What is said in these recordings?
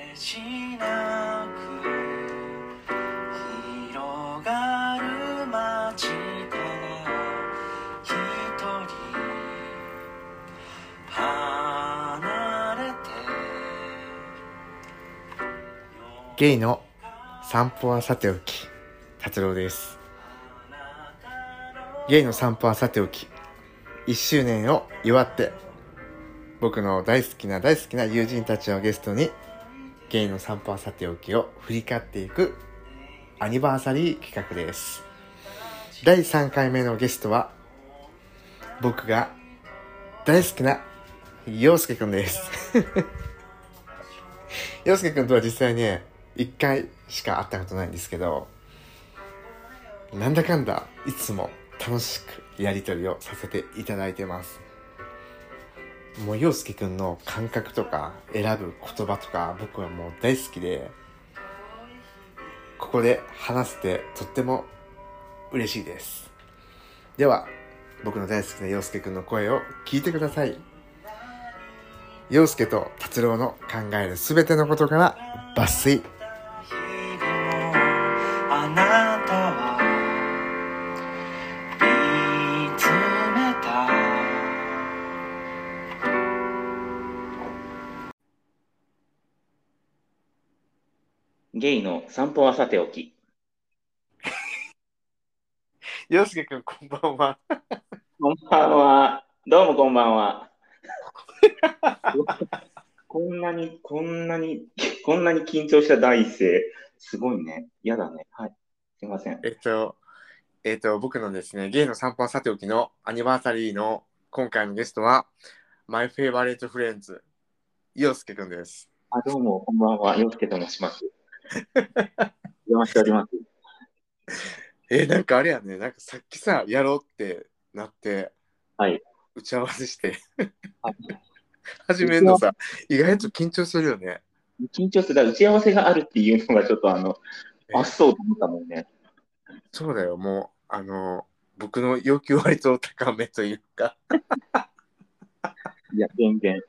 しなく広がる街から一人離れてゲイの散歩はさておき、達郎です。ゲイの散歩はさておき、1周年を祝って僕の大好きな友人たちをゲストにゲイの散歩はさておきを振り返っていくアニバーサリー企画です。第3回目のゲストは僕が大好きな陽介くんです陽介くんとは実際ね1回しか会ったことないんですけど、なんだかんだいつも楽しくやり取りをさせていただいてます。もう陽介くんの感覚とか選ぶ言葉とか僕はもう大好きで、ここで話せてとっても嬉しいです。では僕の大好きな陽介くんの声を聞いてください。陽介と達郎の考えるすべてのことから抜粋。 あなたは見つめた。 ゲイの散歩はさておき。 陽介くんこんばんは。 こんばんは。どうもこんばんは。こんなに緊張した第一声。すごいね。やだね。はい。すいません。 僕のですね、ゲイの散歩はさておきのアニバーサリーの今回のゲストは、マイフェイバリットフレンズ、陽介くんです。 どうもこんばんは。陽介と申します。お邪魔しております。 なんかあれやね、なんかさっきさ、やろうってなって、 はい。 打ち合わせしてはい、 始めるのさ、意外と緊張するよね。 緊張する。打ち合わせがあるっていうのがちょっとそうと思ったもんね。 そうだよ、もう、僕の要求割と高めというか。 いや、全然。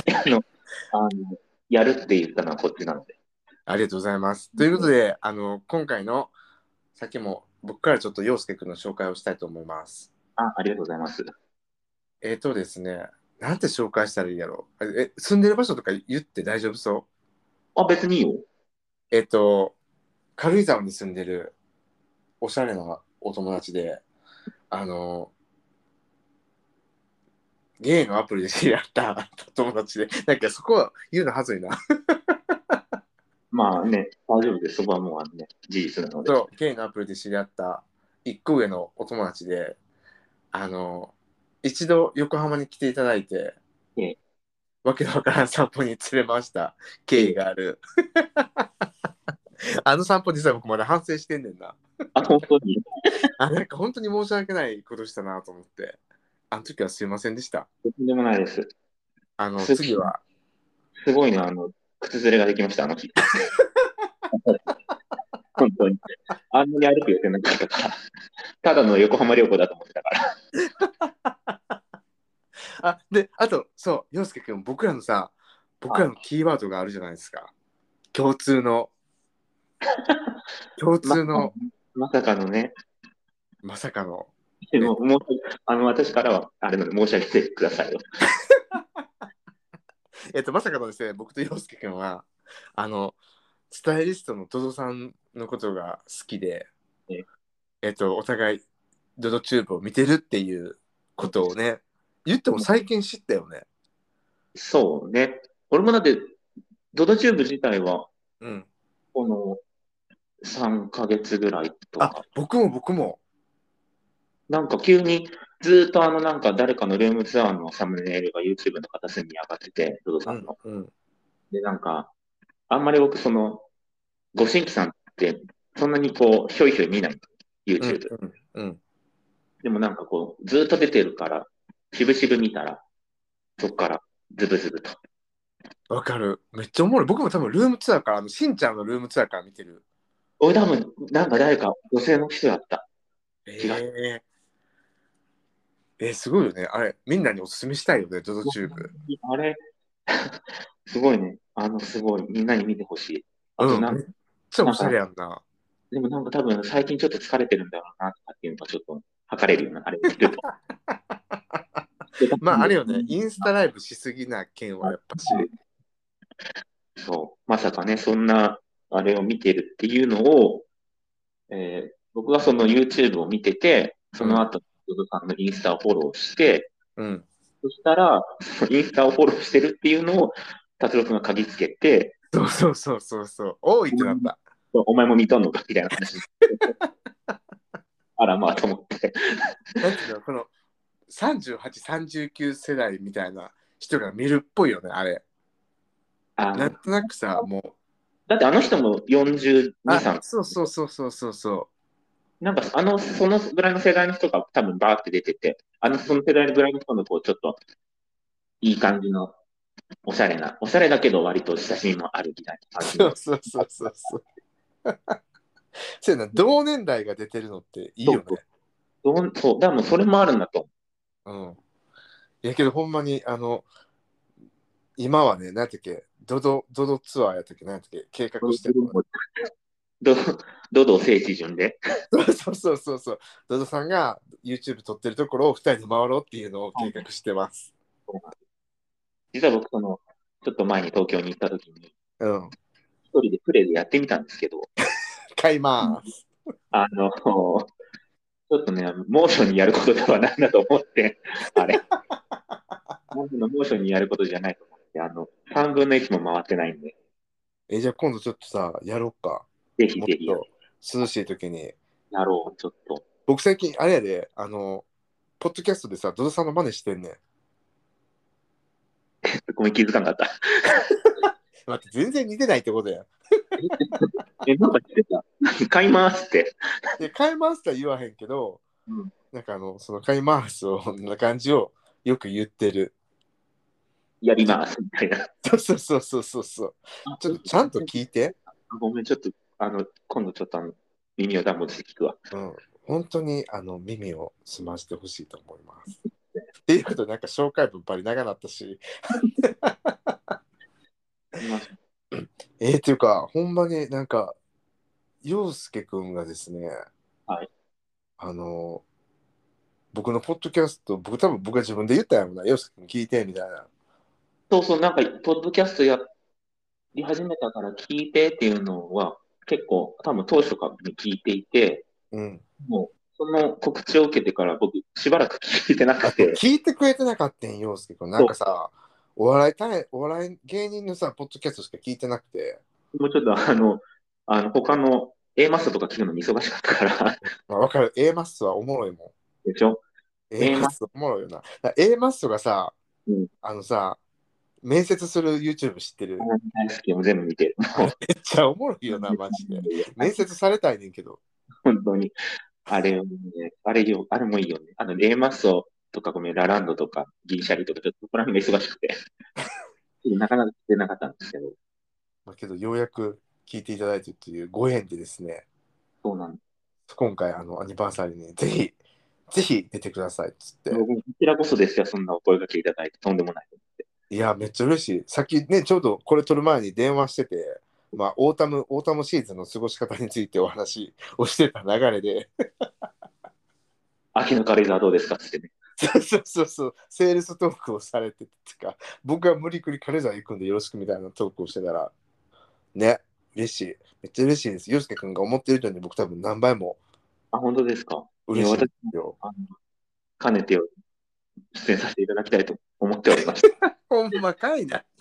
やるって言ったのはこっちなので。 ありがとうございます。ということで、今回の、さっきも僕からちょっと陽介くんの紹介をしたいと思います。 ありがとうございます。 ですね、なんて紹介したらいいやろう。住んでる場所とか言って大丈夫そう？ 別にいいよ。 軽井沢に住んでるおしゃれなお友達で、ゲイのアプリで知り合った友達で、なんかそこは言うのはずいな。 まあね、大丈夫です。そこはもう事実なので。 そう、ゲイのアプリで知り合った一個上のお友達で、一度横浜に来ていただいて、わけのわからん散歩に連れました経緯がある。あの散歩実は僕まだ反省してんねんな。 本当になんか本当に申し訳ないことしたなと思って。あの時はすいませんでした。 とんでもないです。 次は。 すごいね、靴ずれができました、あの日。本当に。あんなに歩く予定なかったから。ただの横浜旅行だと思ってたから。 あと、そう、陽介くん、僕らのキーワードがあるじゃないですか。共通の。 まさかのね。 まさかの。 でも、私からは、あれなので申し上げてくださいよ。 まさかのですね、僕と陽介くんは、スタイリストのドドさんのことが好きで、お互いドドチューブを見てるっていうことをね、言っても最近知ったよね。 そうね。俺もだって、ドドチューブ自体は、この3ヶ月ぐらいとか。 僕も。 なんか急にずっとなんか誰かのルームツアーのサムネイルが YouTube の片隅に上がってて、ドドさんの。で、なんか、あんまり僕ご新規さんってそんなにひょいひょい見ない。YouTube。でもなんかずっと出てるから、しぶしぶ見たら、そっからズブズブと。 わかる。めっちゃおもろい。僕も多分ルームツアーから、しんちゃんのルームツアーから見てる。 俺多分、なんか誰か女性の人やった。 すごいよね。あれ、みんなにおすすめしたいよね、ドドチューブ。 あれすごいね。すごい。みんなに見てほしい。あとめっちゃおしゃれやんな。 でもなんか多分最近ちょっと疲れてるんだろうなとかっていうのがちょっと測れるような、あれを見ると。 まああれよね、インスタライブしすぎな件はやっぱし。 そう。まさかね、そんな、あれを見てるっていうのを、僕がその YouTube を見てて、その後、ヨドさんのインスタをフォローして、 うん。 そしたら、そのインスタをフォローしてるっていうのを、達郎くんが嗅ぎつけて、 そうそうそうそうそう。多いってなった。 お前も見とんのかみたいな話。あら、まあ、と思って。 なんていうの、この38、39世代みたいな人が見るっぽいよね、あれ。なんとなくさ、もう。 だってあの人も42、3。 そうそうそうそうそうそなんか、そのぐらいの世代の人が多分バーって出てて、その世代のぐらいの人のこう、ちょっと、いい感じの、おしゃれだけど割と親しみもあるみたいなう。 感じの。 そうそうそうそうそう。そうやな、同年代が出てるのっていいよね。 そう、だからもうそれもあるんだと思う。うん。いやけどほんまに、今はね、なんてっけ、ドドツアーやったっけ、なんてっけ、計画してるの。 ドドド聖地巡で。 そうそうそうそう。ドドさんが YouTube 撮ってるところを2人で回ろうっていうのを計画してます。 実は僕、ちょっと前に東京に行った時に、 うん。 一人でプレイでやってみたんですけど、 買います。 ちょっとね、モーションにやることではないなと思って、あれ、モーションにやることじゃないと思って、3分の1も回ってないんで、 じゃあ今度ちょっとさ、やろうか。 ぜひぜひもっと涼しい時に。 やろう、ちょっと。 僕最近、あれやで、ポッドキャストでさ、ドドさんの真似してんねん。 ごめん、気づかなかった。 待って、全然似てないってことや。 なんか言ってた。買いますって。 で、買いますとは言わへんけど、 うん、 なんかその買いますな感じをよく言ってる。 やります、みたいな。 そうそうそうそうそう。ちょっとちゃんと聞いて。 ごめん、ちょっと、今度ちょっと耳をダウンして聞くわ。 うん。本当に耳を澄ましてほしいと思います。っていうことでなんか紹介文ばり長なったし。っていうか、ほんまになんか、陽介くんがですね、 はい。 あの、僕のポッドキャスト、多分僕が自分で言ったやろな、陽介くん聞いてみたいな。 そうそう、なんか、ポッドキャストやり始めたから聞いてっていうのは、結構、多分当初から聞いていて、 うん。 もう、その告知を受けてから僕、しばらく聞いてなくて。 聞いてくれてなかったん、陽介くん。なんかさ、お笑い芸人のさ、ポッドキャストしか聞いてなくて。 もうちょっと他の A マストとか聞くのに忙しかったから。 まあ、わかる。A マッソはおもろいもん。 でしょ？ A マッソおもろいよな。A マッソがさ、 うん。 さ、面接する YouTube 知ってる？ 大好き。も全部見てる。 めっちゃおもろいよな、マジで。面接されたいねんけど。 本当に。あれをね、あれもいいよね。A マッソとかごめん、ラランドとか、ギリシャリとか、ちょっとそこら辺が忙しくて、なかなか聞けなかったんですけど。 まあ、けど、ようやく聞いていただいてというご縁でですね、 そうなんです。 今回、アニバーサリーにぜひ出てくださいっつって。 こちらこそですよ、そんなお声掛けいただいて、とんでもないと思って。 いや、めっちゃ嬉しい。さっきね、ちょうどこれ撮る前に電話してて、まあ、オータムシーズンの過ごし方についてお話をしてた流れで、 秋の軽井沢どうですかってね。 そう、セールストークをされててか、僕は無理くり軽井沢行くんでよろしくみたいなトークをしてたら、ね、嬉しい。めっちゃ嬉しいです。ゆうすけくんが思ってる以上に僕多分何倍もあ、本当ですか？ 嬉しいんで私すよ。 かねて出演させていただきたいと思っておりました。 ほんまかいな。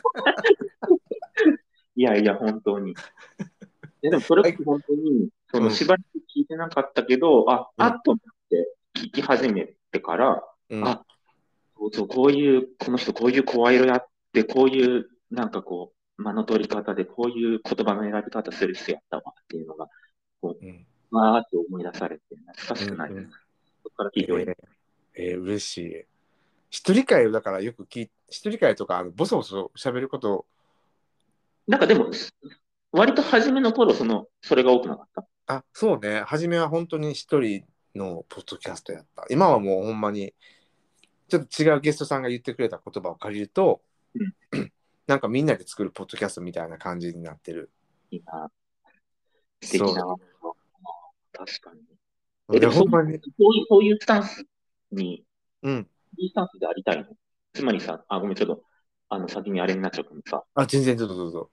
いやいや、本当に。でもそれこそ本当に、しばらく聞いてなかったけど、あっと思って聞き始めてから、そう、この人こういう声色やって、こういう、なんかこう、間の取り方で、こういう言葉の選び方する人やったわっていうのが、こう、わーって思い出されて、懐かしくないです。そこから聞いております。 嬉しい。一人会をだからよく一人会とかボソボソ喋ること。 なんかでも、割と初めの頃、それが多くなかった。 あ、そうね。初めは本当に一人のポッドキャストやった。今はもうほんまに、ちょっと違うゲストさんが言ってくれた言葉を借りると、 なんかみんなで作るポッドキャストみたいな感じになってる。 いいな。素敵な。確かに。 でほんまにそういうスタンスに、 うん。 いいスタンスでありたいの。つまりさ、ごめん、ちょっと、先にあれになっちゃうけどさ、 全然どうぞどうぞ。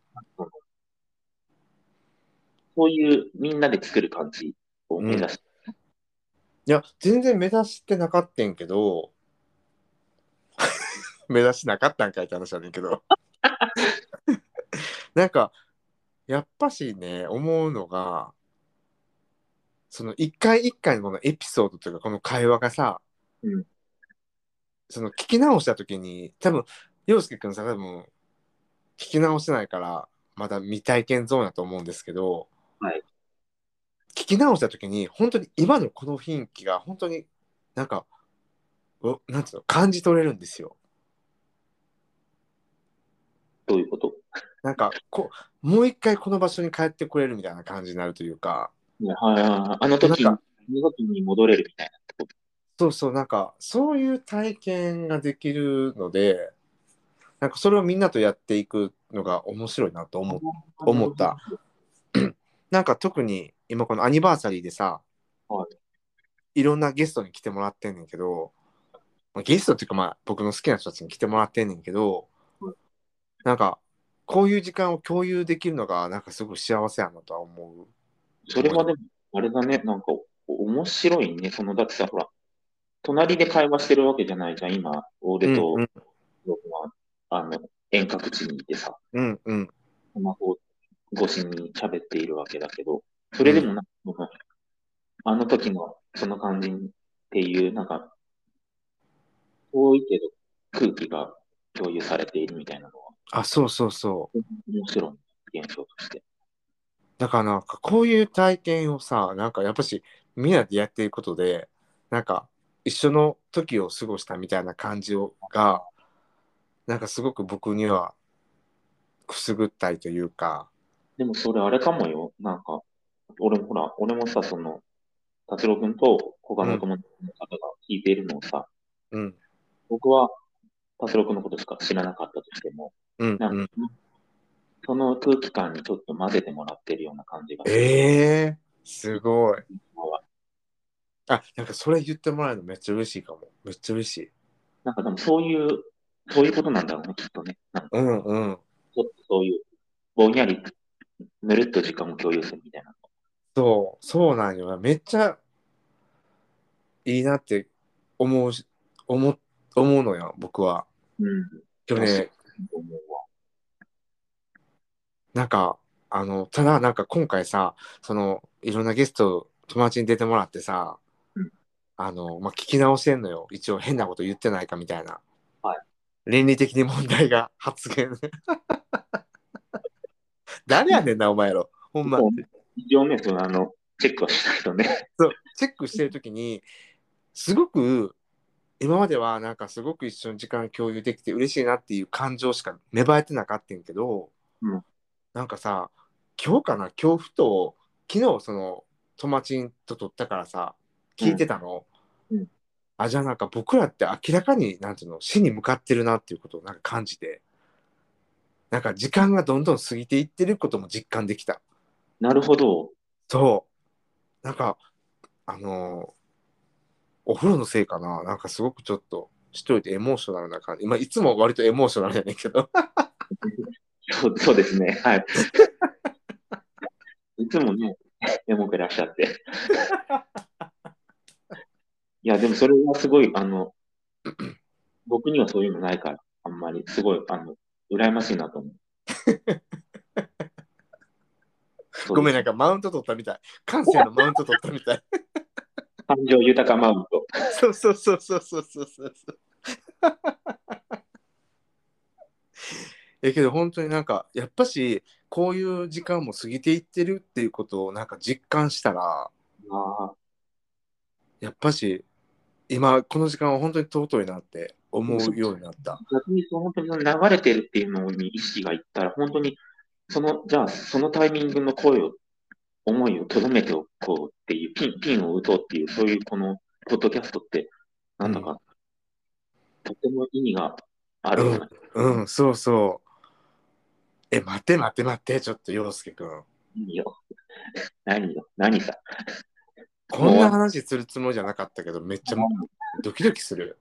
そういうみんなで作る感じを目指して。 いや、全然目指してなかったんけど、目指してなかったんかいって話だねんけど、なんか、やっぱしね、思うのが、その一回一回のこのエピソードというか、この会話がさ、 うん。 その聞き直したときに、多分、陽介くんさ、多分、聞き直してないから、まだ未体験ゾーンだと思うんですけど、 はい。 聞き直したときに、本当に今のこの雰囲気が、本当になんか、なんていうの、感じ取れるんですよ。 どういうこと？ なんかもう一回この場所に帰ってこれるみたいな感じになるというか、 ね、はいはいはい。あのなんか、 時に戻れるみたいなってこと。 そうそう、なんか、そういう体験ができるので、なんかそれをみんなとやっていくのが面白いなとなるほ思った。なんか特に今このアニバーサリーでさ、 ど。はい。 いろんなゲストに来てもらってんねんけど、ゲストっていうか僕の好きな人たちに来てもらってんねんけど、なんか、こういう時間を共有できるのが、なんかすごい幸せやなとは思う。 それはでも、あれだね、なんか、面白いね。だってさ、ほら、隣で会話してるわけじゃないじゃん。今、俺とうんうん僕は、遠隔地にいてさ、 うんうんスマホ越しに喋っているわけだけど、そうんれでもなんか、あの時のその感じっていう、なんか、遠いけど空気が共有されているみたいなのは、 そうそうそう。 面白い現象として。 だからなんかこういう体験をさ、なんかやっぱしみんなでやっていくことで、なんか一緒の時を過ごしたみたいな感じが、なんかすごく僕にはくすぐったいというか、 でもそれあれかもよ。なんか、俺もさ、達郎君と他うんのお友達の方が聞いているのをさ、 うん僕は達郎君のことしか知らなかったとしても、なんか、 うんうん。 その空気感にちょっと混ぜてもらってるような感じがする。 すごい。なんかそれ言ってもらえるのめっちゃ嬉しいかも。めっちゃ嬉しい。 なんかでもそういうことなんだろうね、きっとね。なんか、 うんうん。 ちょっとそういう、ぼんやり、ぬるっと時間を共有するみたいな。 そうなんよ。めっちゃいいなって思うし、思うのよ、僕は。 うん。いや、そう今日ね、 思うわ。 なんか、ただなんか今回さ、いろんなゲスト、友達に出てもらってさ、 うん。 聞き直してんのよ。一応変なこと言ってないかみたいな。 はい。 倫理的に問題が発言。誰やねんな、お前やろ。ほんま。 そう一応ね、チェックはしないとね。 そう、チェックしてるときに、すごく、今まではなんかすごく一緒に時間共有できて嬉しいなっていう感情しか芽生えてなかったんけど、 うん。 なんかさ、今日ふと、昨日友達と撮ったからさ、聞いてたの。 うん。 じゃあなんか僕らって明らかに、なんていうの、死に向かってるなっていうことをなんか感じて、なんか時間がどんどん過ぎていってることも実感できた。 なるほど。 そう。なんか、あのーお風呂のせいかな。なんかすごくちょっと、一人でエモーショナルな感じ。今、いつも割とエモーショナルやねんけど。 そうですね。はい。いつもね、エモくいらっしゃって。いや、でもそれはすごい、僕にはそういうのないから、あんまり、すごい、羨ましいなと思う。そうごめん、 です。 なんかマウント取ったみたい。感性のマウント取ったみたい。 感情豊かマウント。 そうそうそうそうそうそうそう。けど本当になんか、やっぱし、こういう時間も過ぎていってるっていうことをなんか実感したら、 ああ。 やっぱし、今、この時間は本当に尊いなって思うようになった。 逆に本当に流れてるっていうのに意識がいったら、本当に、じゃあ、そのタイミングの思いを留めておこうっていう、ピンを打とうっていう、そういうこの、ポッドキャストって、なんだか、とても意味があるような。 うん、そうそう。 待って待って待って、ちょっと陽介くん。 いいよ。何よ。何さ。 こんなも話するつもりじゃなかったけど、めっちゃドキドキする。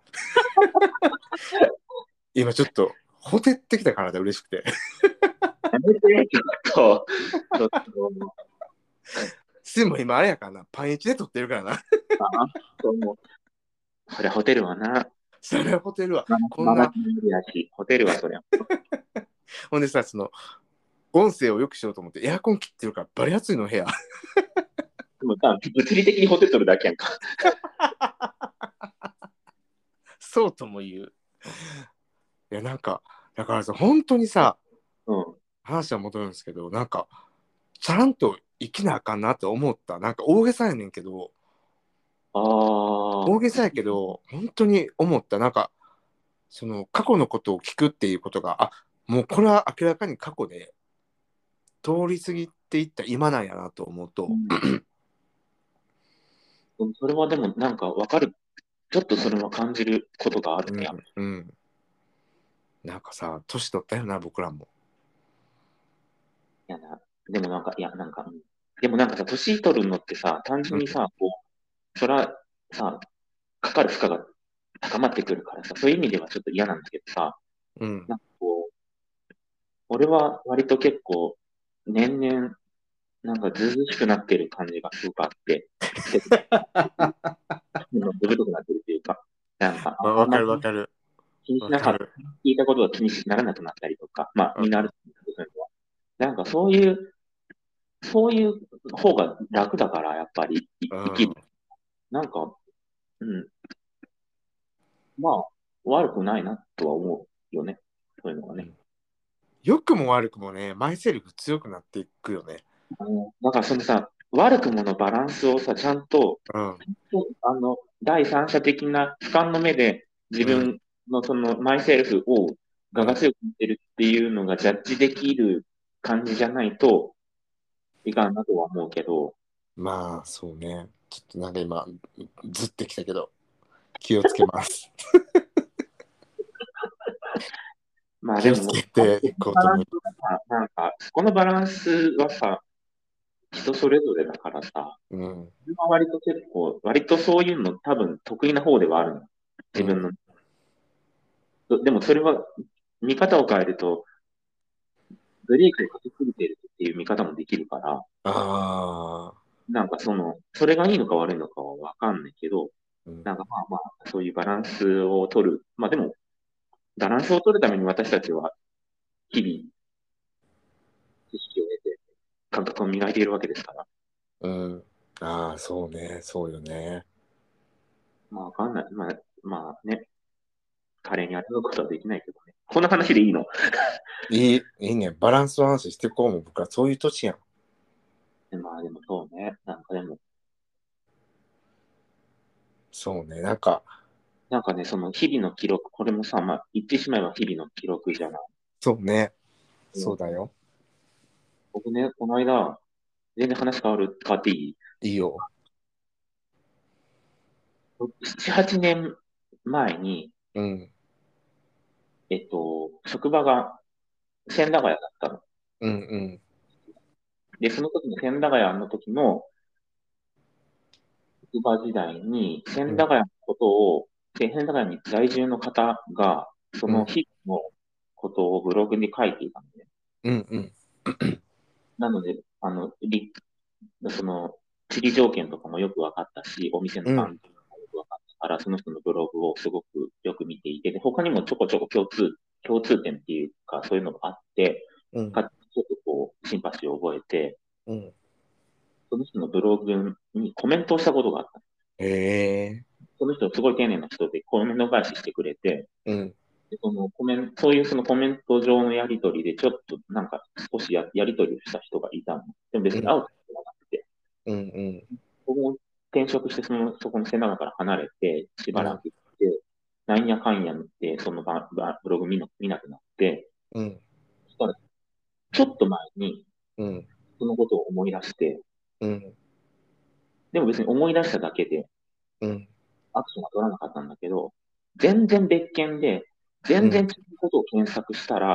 今ちょっと、ほてってきたからで嬉しくて。 やめて、ちょっと、ちょっと、 すも今あれやからな、パンイチで撮ってるからな。 もう、そりゃホテルはな、 それはホテルは、こんな、 ママチンやし、ホテルはそりゃ。 ほんでさ、その、音声を良くしようと思ってエアコン切ってるからバリ暑いの部屋。 でも多分物理的にホテルだけやんか。 そうとも言う。いや、なんか、だからさ、本当にさ、 うん。 話は戻るんですけど、なんか、ちゃんと生きなあかんなって思った。なんか大げさやねんけど、 ああ、 大げさやけど、本当に思った。なんか、その過去のことを聞くっていうことが、もうこれは明らかに過去で通り過ぎていった今なんやなと思うと、 それはでもなんかわかる。ちょっとそれは感じることがあるうん、 ね。 うん。なんかさ、年取ったよな、僕らも。 いやな。でもなんか、いや、なんか、でもなんかさ、年取るのってさ、単純にさ、こう、そら、さ、かかる負荷が高まってくるからさ、そういう意味ではちょっと嫌なんだけどさ、 うん。 なんかこう、俺は割と結構、年々、なんかずうずうしくなってる感じがすごくあって、癖とずぶとくなってるっていうか、なんか、あんまりわかるわかる。 気にしなかった、 わかる。 聞いたことが気にならなくなったりとか、まあ、 うん。 みんなあると思うんですけど、そういうのは。なんかそういう方が楽だから、やっぱり、 うん。 生きる。なんか、うん、まあ、悪くないなとは思うよね。そういうのがね。 良くも悪くもね、マイセルフ強くなっていくよね。 だからそのさ、悪くものバランスをさ、ちゃんと、 うん。 第三者的な俯瞰の目で自うん。 分のそのマイセルフをうん。 我が強く見てるっていうのがジャッジできる感じじゃないといかんなとは思うけど、 まあ、そうね。ちょっとなんか今、ずってきたけど、気をつけます。 まあでも、 気をつけていこうと思います。 なんか、そこのバランスはさ、人それぞれだからさ、 うん。 自分は割と結構、割とそういうの多分得意な方ではあるの。 うん。 自分の。でもそれは、見方を変えると、ブレーキをかけすぎてるっていう見方もできるから、 ああ。 なんかそれがいいのか悪いのかはわかんないけど、 うん。 なんかまあまあ、そういうバランスを取る。まあでも、バランスを取るために私たちは日々知識を得て感覚を磨いているわけですから。 うん。ああ、そうね。そうよね。 まあわかんない。まあね、華麗にやることはできないけどね。こんな話でいいの？ いいね。バランスの話してこうも。僕はそういう年やん。 まあでもそうね。なんかでも、 そうね。なんか、 なんかね、その日々の記録、これもさ、まあ言ってしまえば日々の記録じゃない。 そうね。 うんそうだよ。 僕ね、この間、全然話変わっていい？ いいよ。 7、8年前に、 うん。 職場が千駄ヶ谷だったの。 うんうん。 で、その時の千駄ヶ谷の時の職場時代に、 うん。 千駄ヶ谷のことを、千駄ヶ谷に在住の方が、そうん。 の日々のことをブログに書いていたので、 うんうん。 なので、その、地理条件とかもよく分かったし、お店のうん。 番号もよく分かったから、その人のブログをすごくよく見ていて、で、他にもちょこちょこ共通点っていうか、そういうのがあって、 うん。 ちょっとこう、シンパシーを覚えて、 うん。 その人のブログにコメントをしたことがあった。 へえ。 その人すごい丁寧な人でコメント返ししてくれて、 うん。 でそういうそのコメント上のやりとりで、ちょっとなんか少しやりとりをした人がいたの。でも別うん。 に会うことがなくて、 うんうん。 僕も転職してそこの背中から離れて、しうん。 ばらく行って、なんやかんやって、そのブログ見なくなって、 うん。 そしたら、ちょっと前に、 うん。 そのことを思い出して、 うん。 でも別に思い出しただけで、 うん。 アクションは取らなかったんだけど、全然別件で、 うん。 全然違うことを検索したら、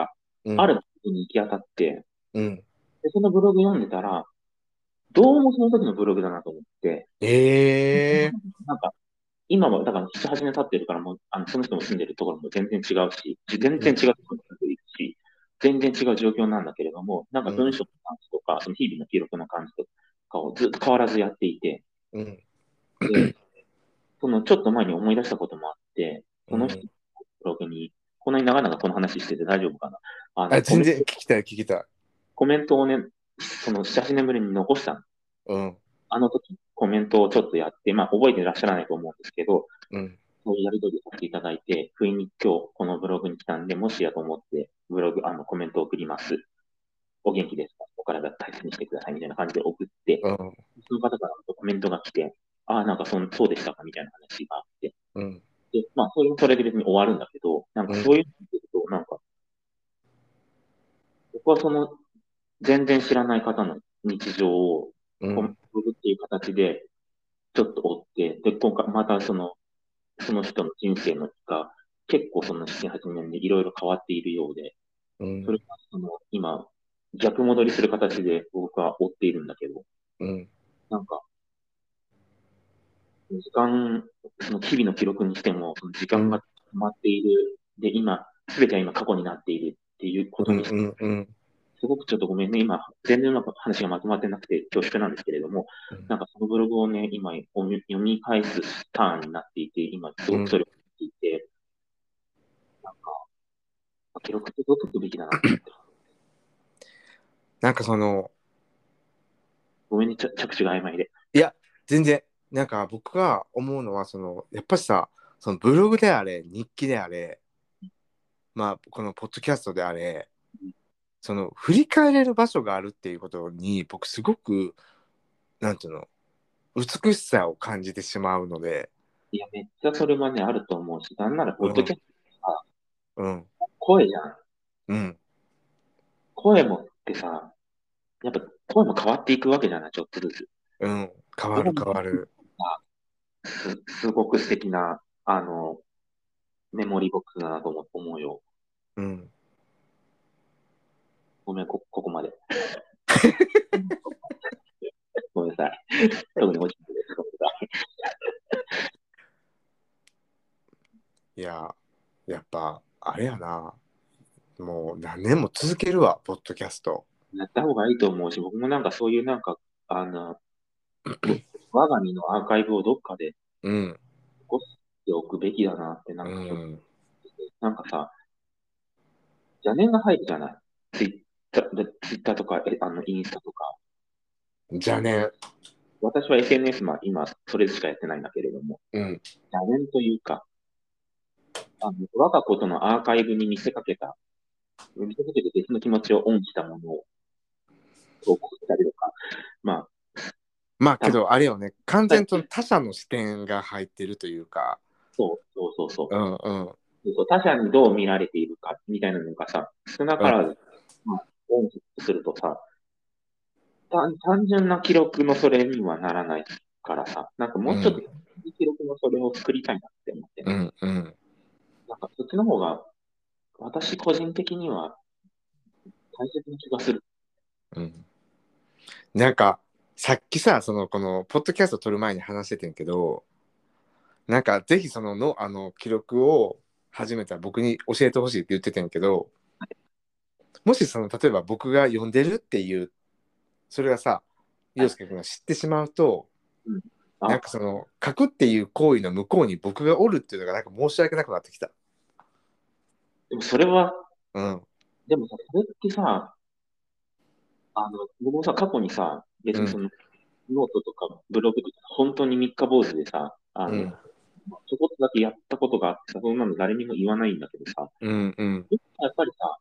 あることに行き当たって、 うん。 で、そのブログ読んでたら、どうもその時のブログだなと思って、 ええなんか、今は、だから7、8年経ってるからもう、その人も住んでるところも全然違うし、全うん。 然違うところも住んでいるし、全然違う状況なんだけれども、なんかうん。 文章の感じとか、その日々の記録の感じとかをずっと変わらずやっていて、 うん。 で、そのちょっと前に思い出したこともあって、その人のうん。 ブログに、こんなに長々この話してて大丈夫かな。 あ、全然聞きたい、聞きたい。 コメントをね、その7、8年ぶりに残したの。 うん。 あの時コメントをちょっとやって、まあ覚えてらっしゃらないと思うんですけど、 うん。 そういうやり取りをさせていただいて、不意に今日このブログに来たんで、もしやと思ってブログ、コメントを送ります。お元気ですか、お体大切にしてくださいみたいな感じで送って、 うん。 その方からコメントが来て、ああ、なんかそうでしたかみたいな話があって、 うん。 で、まあそれで別に終わるんだけど、なんかうん。 そういうのを見てると、なんか、僕はその全然知らない方の日常を、コメンうん。 トっていう形でちょっと追って、で、今回またその人の人生のが結構その7、8年でいろいろ変わっているようで、 うん。 それが今、逆戻りする形で僕は追っているんだけど、 うん。 なんか、時間、その日々の記録にしても、その時間が止まっている。で、すべては今過去になっているっていうことうん。 に、 うん。 すごくちょっとごめんね、今、全然うまく話がまとまってなくて恐縮なんですけれども、なんかそのブログをね、今読み返すターンになっていて、今すうん。 ごくそれを聞いて、なんか、記録ってどうするべきだなと思って。 なんかその、 ごめんね、着地が曖昧で。 いや、全然、なんか僕が思うのは、やっぱりさ、そのブログであれ、日記であれ、まあ、このポッドキャストであれ、振り返れる場所があるっていうことに、僕すごく、なんていうの、美しさを感じてしまうので、 いや、めっちゃそれはね、あると思うし、なんなら、ポうん、 ッドキャストさ、 うん、 声じゃん。 うん、 声もってさ、やっぱ声も変わっていくわけじゃない、ちょっとずつ。 うん、変わるそれが変わる。 すごく素敵な、メモリーボックスだなと思うよ。 うん。 ごめん、ここまで。ごめんなさい。特に落ちないです。ごめんなさい。 いや、やっぱ、あれやな、もう何年も続けるわ、ポッドキャスト。 やった方がいいと思うし、僕もなんかそういうなんか、我が身のアーカイブをどっかでうん、 残しておくべきだなって、なうんかちょっと、 ん、 なんかさ、邪念が入るじゃない。ツイッターとか、インスタとか。 じゃあね、 私は SNS、まあ今、それしかやってないんだけれども、 うん、 邪念というか、我がことのアーカイブに見せかけて別の気持ちをオンしたものを投稿したりとか、ままあ多分、 けどあれよね、完はい、 全と他者の視点が入ってるというか、 そう。 うんうん、 そう他者にどう見られているかみたいなのがさ、少なうん、 からず、まあ、オンするとさ、単純な記録のそれにはならないからさ、なんかもうちょっとうん、 記録のそれを作りたいなって思ってね。 うん、うん、 なんかそっちの方が私個人的には大切な気がする。 うん。なんか、さっきさ、この、ポッドキャスト撮る前に話しててんけど、なんか、ぜひ記録を始めたら僕に教えてほしいって言っててんけど、もし例えば僕が読んでるっていう、それがさ、 はい。 陽介君が知ってしまうと、 うん。 なんか書くっていう行為の向こうに僕がおるっていうのがなんか申し訳なくなってきた。 でもそれは、 うん。 でもさ、それってさ、僕もさ、過去にさ、別うん。 にノートとかブログとか、本当に三日坊主でさ、 うん。 ちょこっとだけやったことがあってさ、そんなの誰にも言わないんだけどさ、 うん。うん。 やっぱりさ、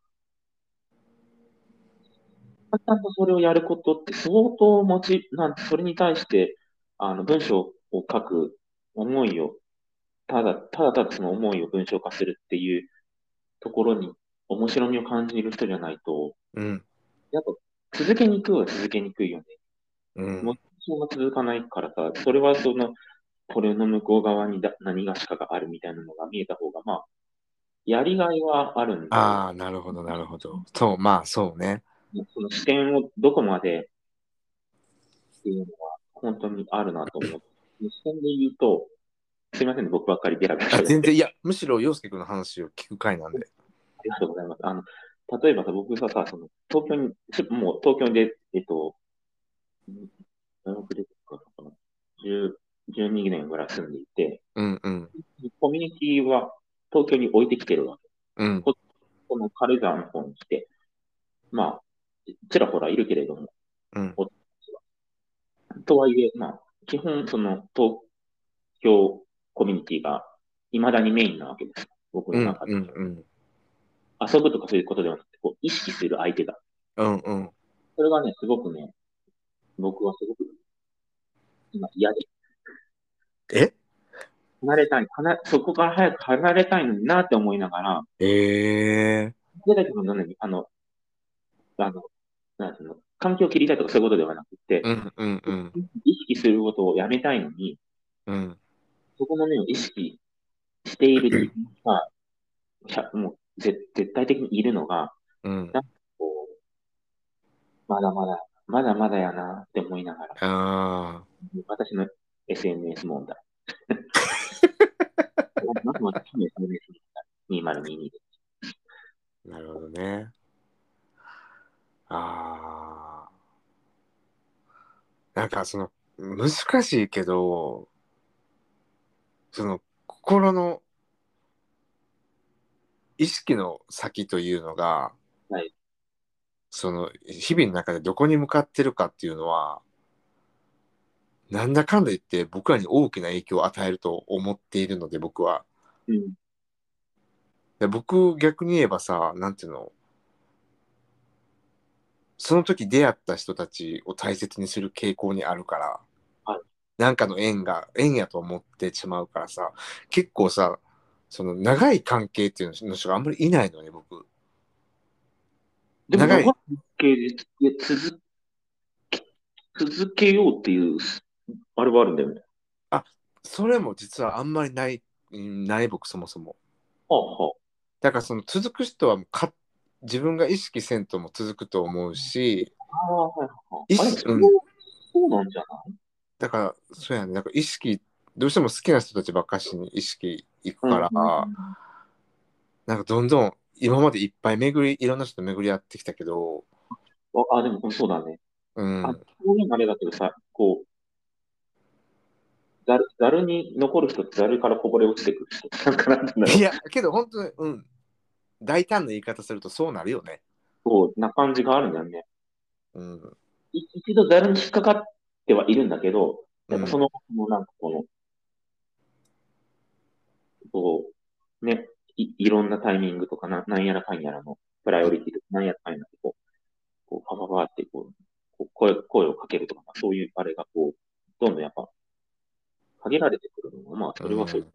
ちゃんとそれをやることって相当それに対して、文章を書く思いを、ただその思いを文章化するっていうところに面白みを感じる人じゃないと、 うん。 やっぱ続けにくいは続けにくいよね。モうん。 チベーションが続かないからさ、それはこれの向こう側に何がしかがあるみたいなのが見えた方が、まあ、 やりがいはあるんだよ。 ああ、なるほど、なるほど。そう、まあ、そうね。 その視点をどこまでっていうのは本当にあるなと思って。視点で言うと、すいませんね、僕ばっかりベラベラあ、 喋って。 全然、いや、むしろ陽介君の話を聞く回なんで。 ありがとうございます。例えばさ、僕がさ、東京に、もう東京で、大学でかな、10、12年ぐらい住んでいて、 うんうん。 コミュニティは東京に置いてきてるわけ。 うん。 この軽井沢の方に来て、まあ、ちらほらいるけれども、 うん。 とはいえ、まあ、基本、東京コミュニティが未だにメインなわけです。僕うんの中で。 うんうん。 遊ぶとかそういうことではなくて、こう、意識する相手が。 うんうん。 それがね、すごくね、僕はすごく今嫌で、 え離れたい、そこから早く離れたいのになって思いながら、 ええそれだけど、あの、なんていうの、環境を切りたいとかそういうことではなくて、 うんうんうん。 意識することをやめたいのに、 うん。 そこの面を意識している自分が、もう絶対的にいるのが、 うん。 なんかこう、まだまだ、まだまだやなって思いながら、 あ私の SNS 問題。まず私の SNS 問題。2022で。 あ、なるほどね。ああ。なんか難しいけど、心の意識の先というのが、 はい。 日々の中でどこに向かってるかっていうのは、なんだかんだ言って僕らに大きな影響を与えると思っているので、僕は。 うん。 で僕逆に言えばさ、なんていうの、その時出会った人たちを大切にする傾向にあるから、 はい。 なんかの縁やと思ってしまうからさ、結構さ、長い関係っていうの人があんまりいないのね、僕。 でも、 長い、 長い関係で続けようっていう、あれはあるんだよね。 あ、それも実はあんまりない、ない僕そもそも。 はあ、はだから続く人は自分が意識せんとも続くと思うし、 あ。ああ、はい、はい。あ、でも、 意識、うん。 そうなんじゃない？ だから、そうやね。なんか意識、どうしても好きな人たちばっかしに意識いくうん、 かうん。 ら、なんかどんどん今までいっぱいいろんな人と巡り合ってきたけど、 でも、そうだね。 うん。 表現あれだけどさ、こう、ざるに残る人ってざるからこぼれ落ちてくる人。なんかなんて言うんだろう。 いや、けど本当に、うん。大胆な言い方するとそうなるよね。 そうな感じがあるんだよね。 うん。 一度ざるに引っかかってはいるんだけど、 うん。 やっぱなんかね、いろんなタイミングとかなんやらかんやらのプライうん。 オリティとか、なんやらかんやらでパパパって声をかけるとか、そういうあれがどんどんやっぱ限られてくるのも、まあ、それはそう。 うん。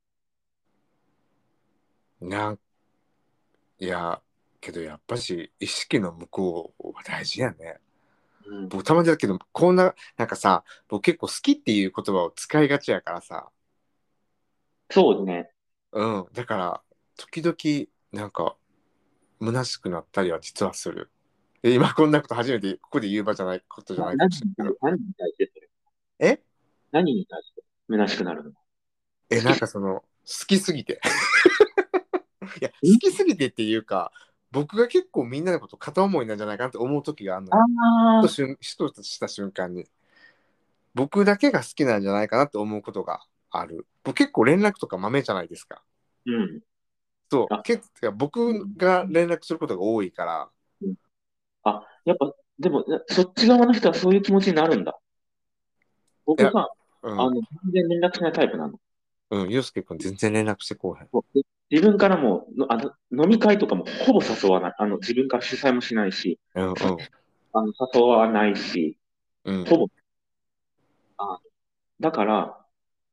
なんいや、けどやっぱし意識の向こうは大事やね。 うん。 僕たまにだけど、なんかさ、僕結構好きっていう言葉を使いがちやからさ、 そうね。 うん。だから、時々、なんか、虚しくなったりは実はする。今こんなこと初めてここで言う場じゃないことじゃないかもしれないけど。 何に対してそれ？ え何に対して虚しくなるの？好きすなんか好きすぎて。いや、好ぎ。 きすぎてっていうか、僕が結構みんなのこと片思いなんじゃないかなって思う時があるのあよ。 あしとした瞬間に。僕だけが好きなんじゃないかなって思うことがある。僕結構連絡とか豆じゃないですか。 ー、うん。 そう。 あ、 僕が連絡することが多いから、 うん。やっぱ、でも、そっち側の人はそういう気持ちになるんだ。 いや、 僕さ、 うん、 全然連絡しないタイプなの。 うん、ゆうすけくん全然連絡してこうへん。 で自分からも、飲み会とかもほぼ誘わない。自分から主催もしないし、 うんうん、 誘わないし、 うん。 ほぼ、あ、だから、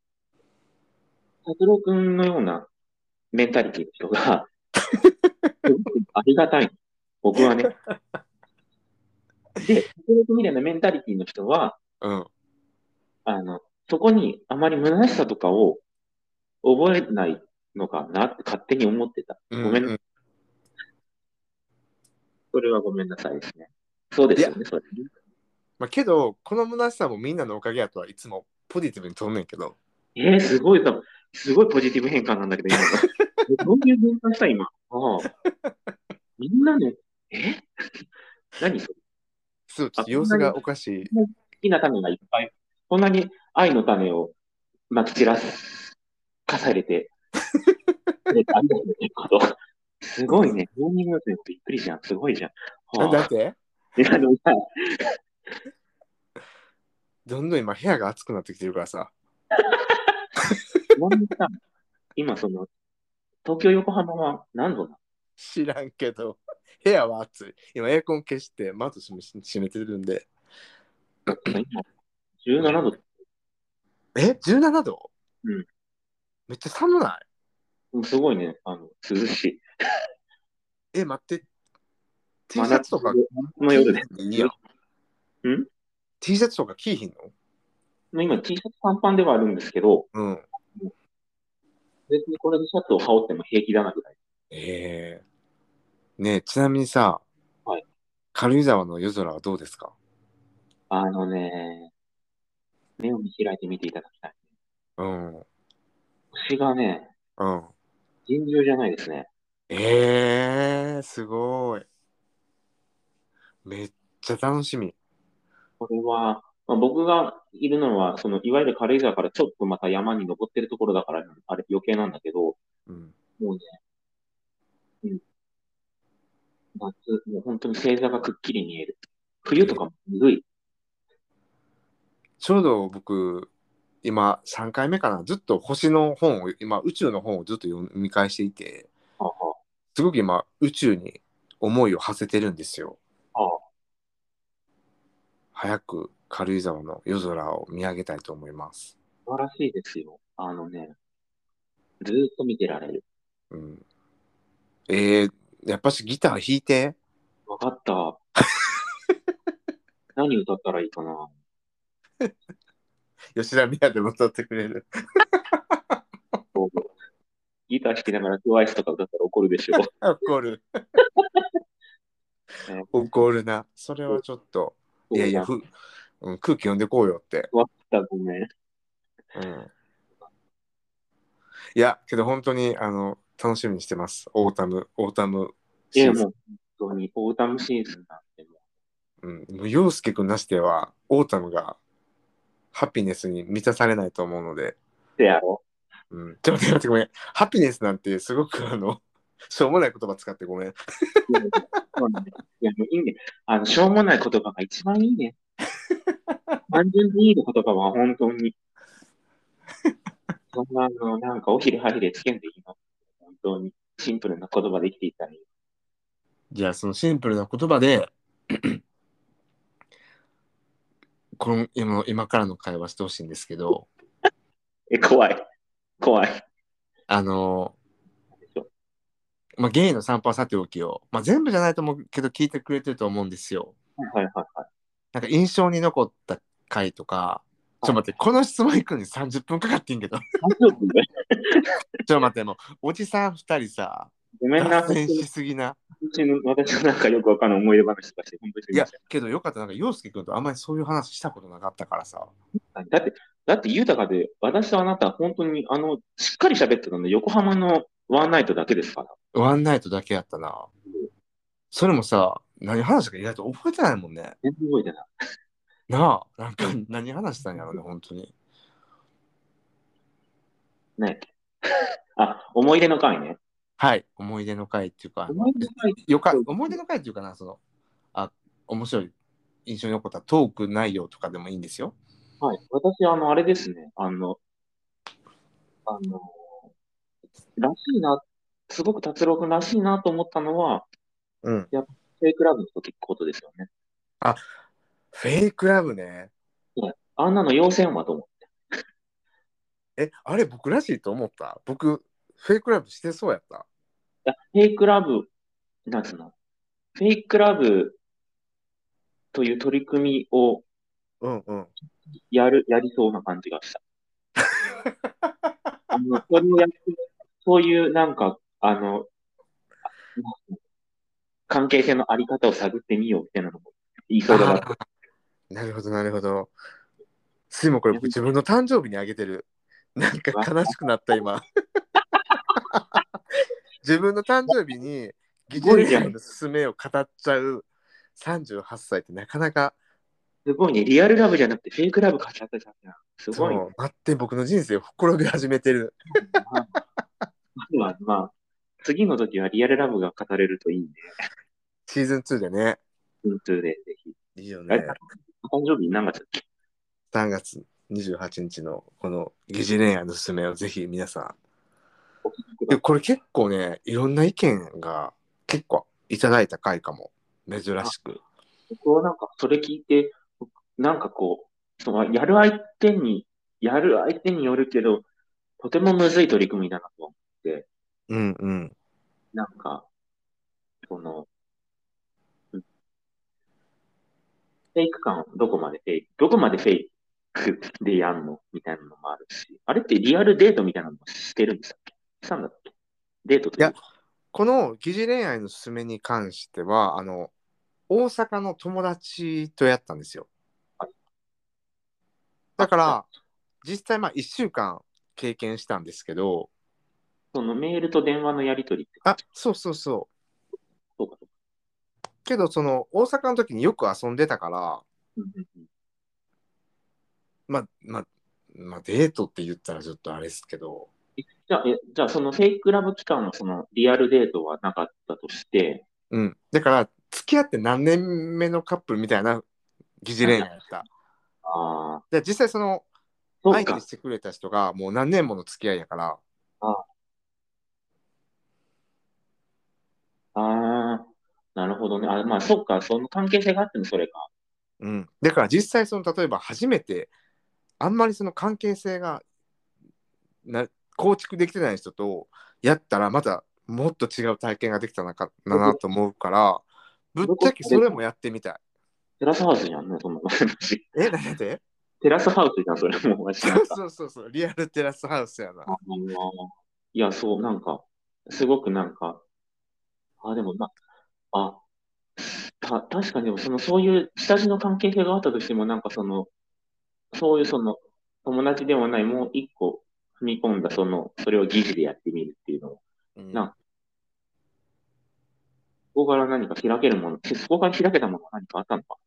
拓郎くんのようなメンタリティの人が、すごくありがたい。僕はね。で、拓郎くんみたいなメンタリティの人は、 うん。 あの、そこにあまり虚しさとかを覚えない。 のかなって勝手に思ってた。 うん、 ごめん、 うん。 それはごめんなさいですね。そうでいや、 すよね、それ。 まあ、けど、この虚しさもみんなのおかげやとはいつもポジティブにとんねんけど、 すごい、すごいポジティブ変換なんだけど、今の。どういう変換した今。ああ、みんなの、え何それ。 そう、ちょっあ、 と様子がおかしい。 こんなに好きな種がいっぱい、こんなに愛の種をまき散らかされて、くれてありがとうってこと。すごいね。モーニング娘。びっくりじゃん。すごいじゃん。はあ。 なんていや、でもさ、 どんどん今部屋が暑くなってきてるからさ。 ちなみにさ、今東京、横浜は何度な知らんけど、部屋は暑い。今エアコン消して窓閉めてるんで。 の？今、17度。 17度うん。 めっちゃ寒なすごいね。涼しい。 い待って、T 真夏シャツとかの夜で。 着いひんでいいやん。 ん T シャツとか着いひん今、T シャツ短パンではあるんですけど、 の？うん。 別にこれでシャツを羽織っても平気だなぐらい。 えねえ、ちなみにさ、 はい。 軽井沢の夜空はどうですか？ あのね、目を見開いて見ていただきたい。 うん。 星がね、 うん。 尋常じゃないですね。 すごい。めっちゃ楽しみ。 これは、僕がいるのは、いわゆる軽井沢からちょっとまた山に登ってるところだから、あれ余計なんだけど、 うん。 もうね、うん、夏、もう本当に星座がくっきり見える。冬とかもぬるい。 ちょうど僕、今3回目かな。ずっと星の本を、今宇宙の本をずっと読み返していて、 はあ、 すごく今宇宙に思いを馳せてるんですよ。 はあ、 早く軽井沢の夜空を見上げたいと思います。 素晴らしいですよ。ずーっと見てられる。 うん。やっぱしギター弾いて。 わかった。何歌ったらいいかな。 吉田美和でも歌ってくれる。 そうギター弾きながら TWICE とか歌ったら怒るでしょう。 怒る。怒るな。それはちょっと、いやいや、 そうだ。 空気読んでこうよって。 わかった、ごめん。 うん。いや、けど本当に、楽しみにしてます。オータムシーズン。 もう、本当に、オータムシーズンなんてもうん。もう陽介くんなしでは、オータムがハピネスに満たされないと思うので、 う、やろうん。ちょっと待って待ってごめん。ハピネスなんてすごくしょうもない言葉使ってごめん。 う。そうなんです。いや、もういいね。しょうもない言葉が一番いいね。単純にいい言葉は本当に、そんな、なんかおひれはひれつけんでいいの。本当に、シンプルな言葉で生きていったらいい。 じゃあ、そのシンプルな言葉で、今からの会話してほしいんですけど、 怖い。怖い。 あの、 でしょ。 ゲイの散歩はさておきを、全部じゃないと思うけど聞いてくれてると思うんですよ。 はいはいはいなんか印象に残った回とか、ちょっとはい。 待って、この質問行くのに30分かかってんけど。 大丈夫ね。 ちょっと待って、もう、おじさん2人さ、 ごめんな、本当に、 脱線しすぎな。 私のなんかよくわかんない思い出話とかして、本当にすいや、 みませけどよかった。なんか、陽介くんとあんまりそういう話したことなかったからさ。 ん。だって豊かで、私とあなたは本当に、しっかり喋ってたので、横浜のワンナイトだけですから。 ワンナイトだけやったな。それもさ、何話したか意外と覚えてないもんね。 全然覚えてない。 なあ、なんかうん何話したんやろね、本当に。 ね。思い出の回ね。 はい、思い出の回っていうか、 思い出の回と、 思い出の回っていうかな、あ、面白い、印象に残ったトーク内容とかでもいいんですよ。 はい。私、あれですね。あの、らしいな、すごく達郎君らしいなと思ったのは、 うん。 やっぱフェイクラブの時ってことですよね。 あ、フェイクラブね。 はいあんなの要請はと思う。 あれ僕らしいと思った？僕、フェイクラブしてそうやった。 いや、フェイクラブ、なんつうの、フェイクラブという取り組みをうんうん。 やりそうな感じがした。それをやって、 そういうなんか、関係性のあり方を探ってみようみたいなのも言いそうだなって。 ああ、なるほど、なるほど。すいもこれ僕自分の誕生日にあげてる。なんか悲しくなった今。自分の誕生日に疑似すごいじゃん。 恋愛のすすめを語っちゃう38歳ってなかなか、 すごいね。リアルラブじゃなくてフェイクラブ買っちゃったじゃん。すごいね。 そう、待って僕の人生をほころび始めてる。 まあ、次の時はリアルラブが語れるといいね。 シーズン2でね。 文通で、ぜひ。 いいよあれ、 ね。 誕生日何月だっけ？ 3月28日のこの疑似恋愛のすすめをぜひ皆さん。で、これ結構ね、いろんな意見が結構いただいた回かも。珍しく。 僕はなんか、それ聞いて、なんかこう、やる相手によるけど、とてもむずい取り組みだなと思って、 うんうん。 なんか、その、フェイク感、どこまでフェイクでやんのみたいなのもあるし、あれってリアルデートみたいなのもしてるんですっけ？したんだっけ？デートといや、 いうか。 この疑似恋愛のすすめに関しては、大阪の友達とやったんですよ。だかじゃあ、 ら、実際まあ1週間経験したんですけど、 そのメールと電話のやり取りって感あ、 じ。 そうそうそう。 そうか、そうか。 けど、その大阪の時によく遊んでたから、 うんうんうん。 まあ、まあ、まあ、デートって言ったらちょっとあれですけど、 じゃあそのフェイクラブ期間のそのリアルデートはなかったとして、 うん。だから、付き合って何年目のカップルみたいな疑似恋愛だった。 ああ、 で、実際その、 そうか。 相手してくれた人がもう何年もの付き合いやから、 ああ、なるほどね。あ、まあ、そっか。その関係性があってのそれか。 うん。だから実際その、例えば初めて、あんまりその関係性がな構築できてない人とやったら、またもっと違う体験ができたのかなと思うから、ぶっちゃけそれもやってみたい。 テラスハウスじゃんね、そんな話。 なんで？ テラスハウスじゃん、それもうマジなんそうか。 そうそうそう、リアルテラスハウスやな。 いや、そう、なんか、すごくなんか、でもあ、確かにでもそういう下地の関係性があったとしても、なんかそういう友達ではないもう一個踏み込んだそれを疑似でやってみるっていうのを、 うん、 なんか、そこから何か開けるもの、そこから開けたものは何かあったのか？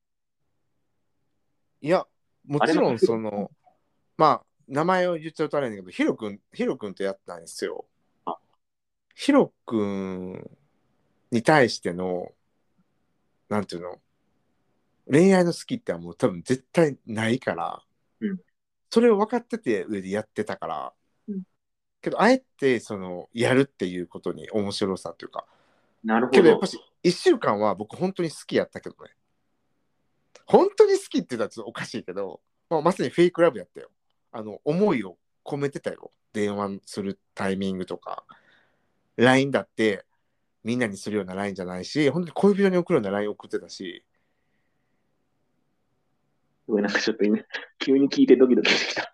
いや、もあれの、 ちろんその、まあ、名前を言っちゃうとあれなんだけど、ヒロ君とやったんですよ。 あ、 ヒロ君に対しての、なんていうの、恋愛の好きってはもう多分絶対ないから、 うん、 それを分かってて上でやってたから、 うん。 けどあえてそのやるっていうことに面白さというか、 なるほど。 けどやっぱし1週間は僕本当に好きやったけどね。本当に好きって言ったらちょっとおかしいけど、まあ、まさにフェイクラブやったよ。思いを込めてたよ。電話するタイミングとか。LINE だってみんなにするような LINE じゃないし、本当に恋人に送るような LINE 送ってたし、 すごいなんかちょっと今、急に聞いてドキドキしてきた。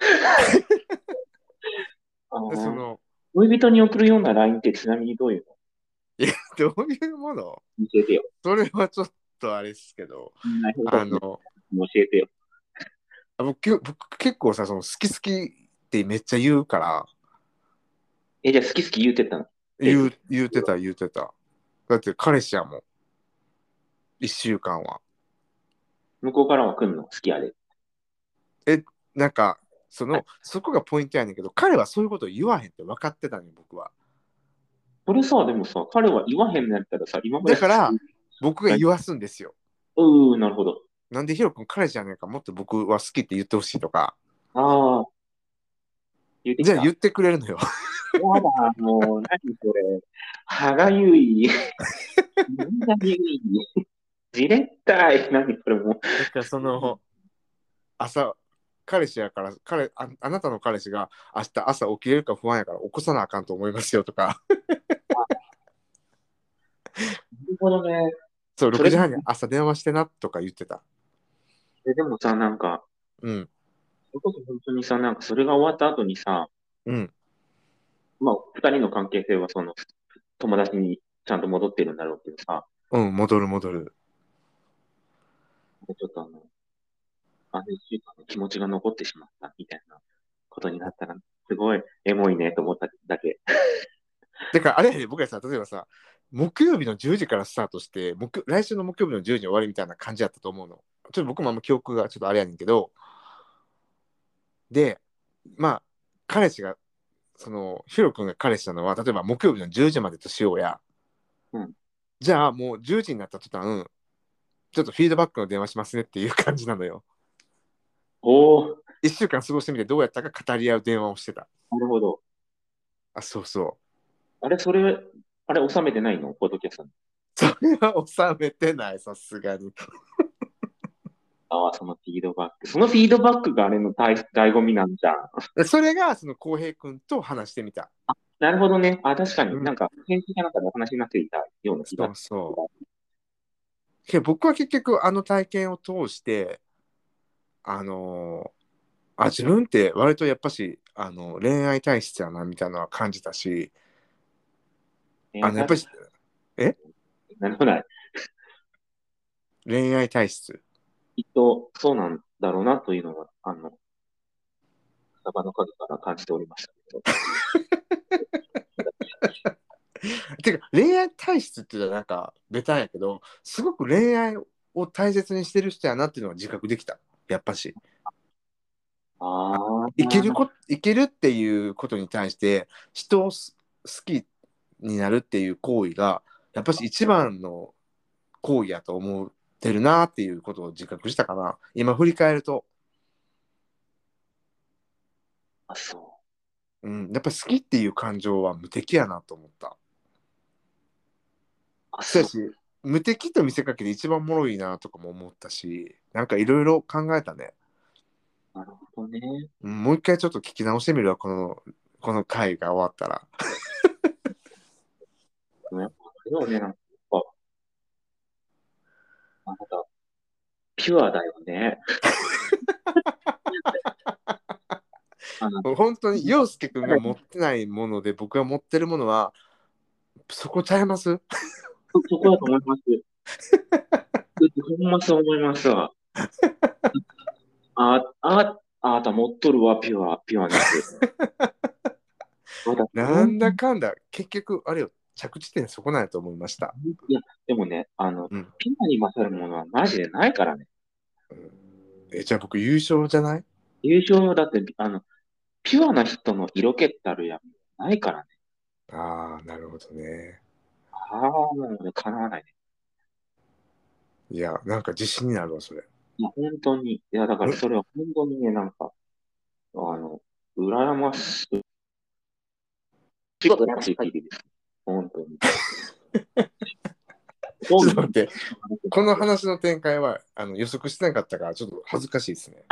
あーその、 恋人に送るような LINE ってちなみにどういうの？ どういうもの？ 教えてよ。 それはちょっとあれですけど、 ない方たちのあの、 教えてよ。 僕結構さ、その好き好きってめっちゃ言うから、 じゃあ好き好き言うてったの？デート。 言うてた。だって彼氏やもん、1週間は。 向こうからは来んの？好きやで。 え、なんか、そこがポイントやねんけど、彼はそういうことを言わへんって分かってたのよ、僕は。 それさ、でもさ、彼は言わへんのやったらさ、今までだから、 普通に、 僕が言わすんですよ。 なるほど。 なんでヒロ君彼氏じゃねえか、もっと僕は好きって言ってほしいとか、 ああ、言ってきた。 じゃあ言ってくれるのよ。 やだ、もう、何それ。歯がゆい。何がゆい。じれったい。何それもう。 だから朝、彼氏やから、あなたの彼氏が明日朝起きれるか不安やから起こさなあかんと思いますよとか、 なるほどね。 そう、6 それ、 時半に朝電話してなとか言ってた。 でもさ、なんか、 うん、 それこそ本当にさ、なんかそれが終わった後にさ、 うん、 まあ、二人の関係性はその、友達にちゃんと戻ってるんだろうけどさ、 うん、戻る戻る。 ちょっとあの一週間の気持ちが残ってしまったみたいなことになったら、すごいエモいねと思っただけ。 てか、あれやで、僕らさ、例えばさ、木曜日の10時からスタートして、来週の木曜日の10時に終わりみたいな感じだったと思うの。ちょっと僕もあんま記憶がちょっとあれやねんけど、で、まあ、彼氏が、ヒロ君が彼氏なのは、例えば木曜日の10時までとしようや。 うん。 じゃあもう10時になった途端、ちょっとフィードバックの電話しますねっていう感じなのよ。 おー、 1週間過ごしてみてどうやったか語り合う電話をしてた。 なるほど。 あ、そうそう。 あれ、それ、あれ、収めてないのポッドキャストに。 それは収めてない、さすがに。 ああ、そのフィードバック。そのフィードバックがあれの醍醐味なんじゃん。 それが、浩平君と話してみた。 なるほどね。あ、確かに。 うん。 なんか、先週かなんかでお話になっていたような気が。 そうそう。僕は結局、あの体験を通して、あの自分って割とやっぱし、恋愛体質やな、みたいなのは感じたし、やっぱり、えなるほど。 恋愛体質。 きっと、そうなんだろうなというのは、スタバの陰から感じておりましたけど。 てか、恋愛体質っていうのはなんか、ベタやけど、すごく恋愛を大切にしてる人やなっていうのは自覚できた。やっぱし。 ああ、 生きるっていうことに対して、人を好きになるっていう行為が、やっぱし一番の行為やと思ってるなっていうことを自覚したかな。今振り返ると。 そうん、やっぱり好きっていう感情は無敵やなと思った。 う。 そうやし、無敵と見せかけて一番おもろいなとかも思ったし、なんかいろいろ考えたね。 なるほどね。 もう一回ちょっと聞き直してみるわ、この回が終わったら。 でもやっぱ、あれだよね、なんか、やっぱ、あなた、ピュアだよね。あの、 本当に陽介くんが持ってないもので僕が持ってるものはそこちゃいます？ そこだと思います。ほんまそう思いますわ。あなた持っとるわ、ピュアネス。私、 なんだかんだ結局あれよ、着地点そこなんやと思いました。 いや、でもね、 うん、 ピュアに勝るものはマジでないからね。 うん、じゃあ僕優勝じゃない？ 優勝の、だって、ピュアな人の色気ったるやん。ないからね。 ああー、なるほどね。 ああ、もうね、叶わないね。 いや、なんか自信になるわそれ。 いや、本当に。いや、だからそれは本当にね、なんか、あの、羨ましい。仕事羨ましい限りです。本当に。そちょうっと待って、この話の展開は予測してなかったからちょっと恥ずかしいですね。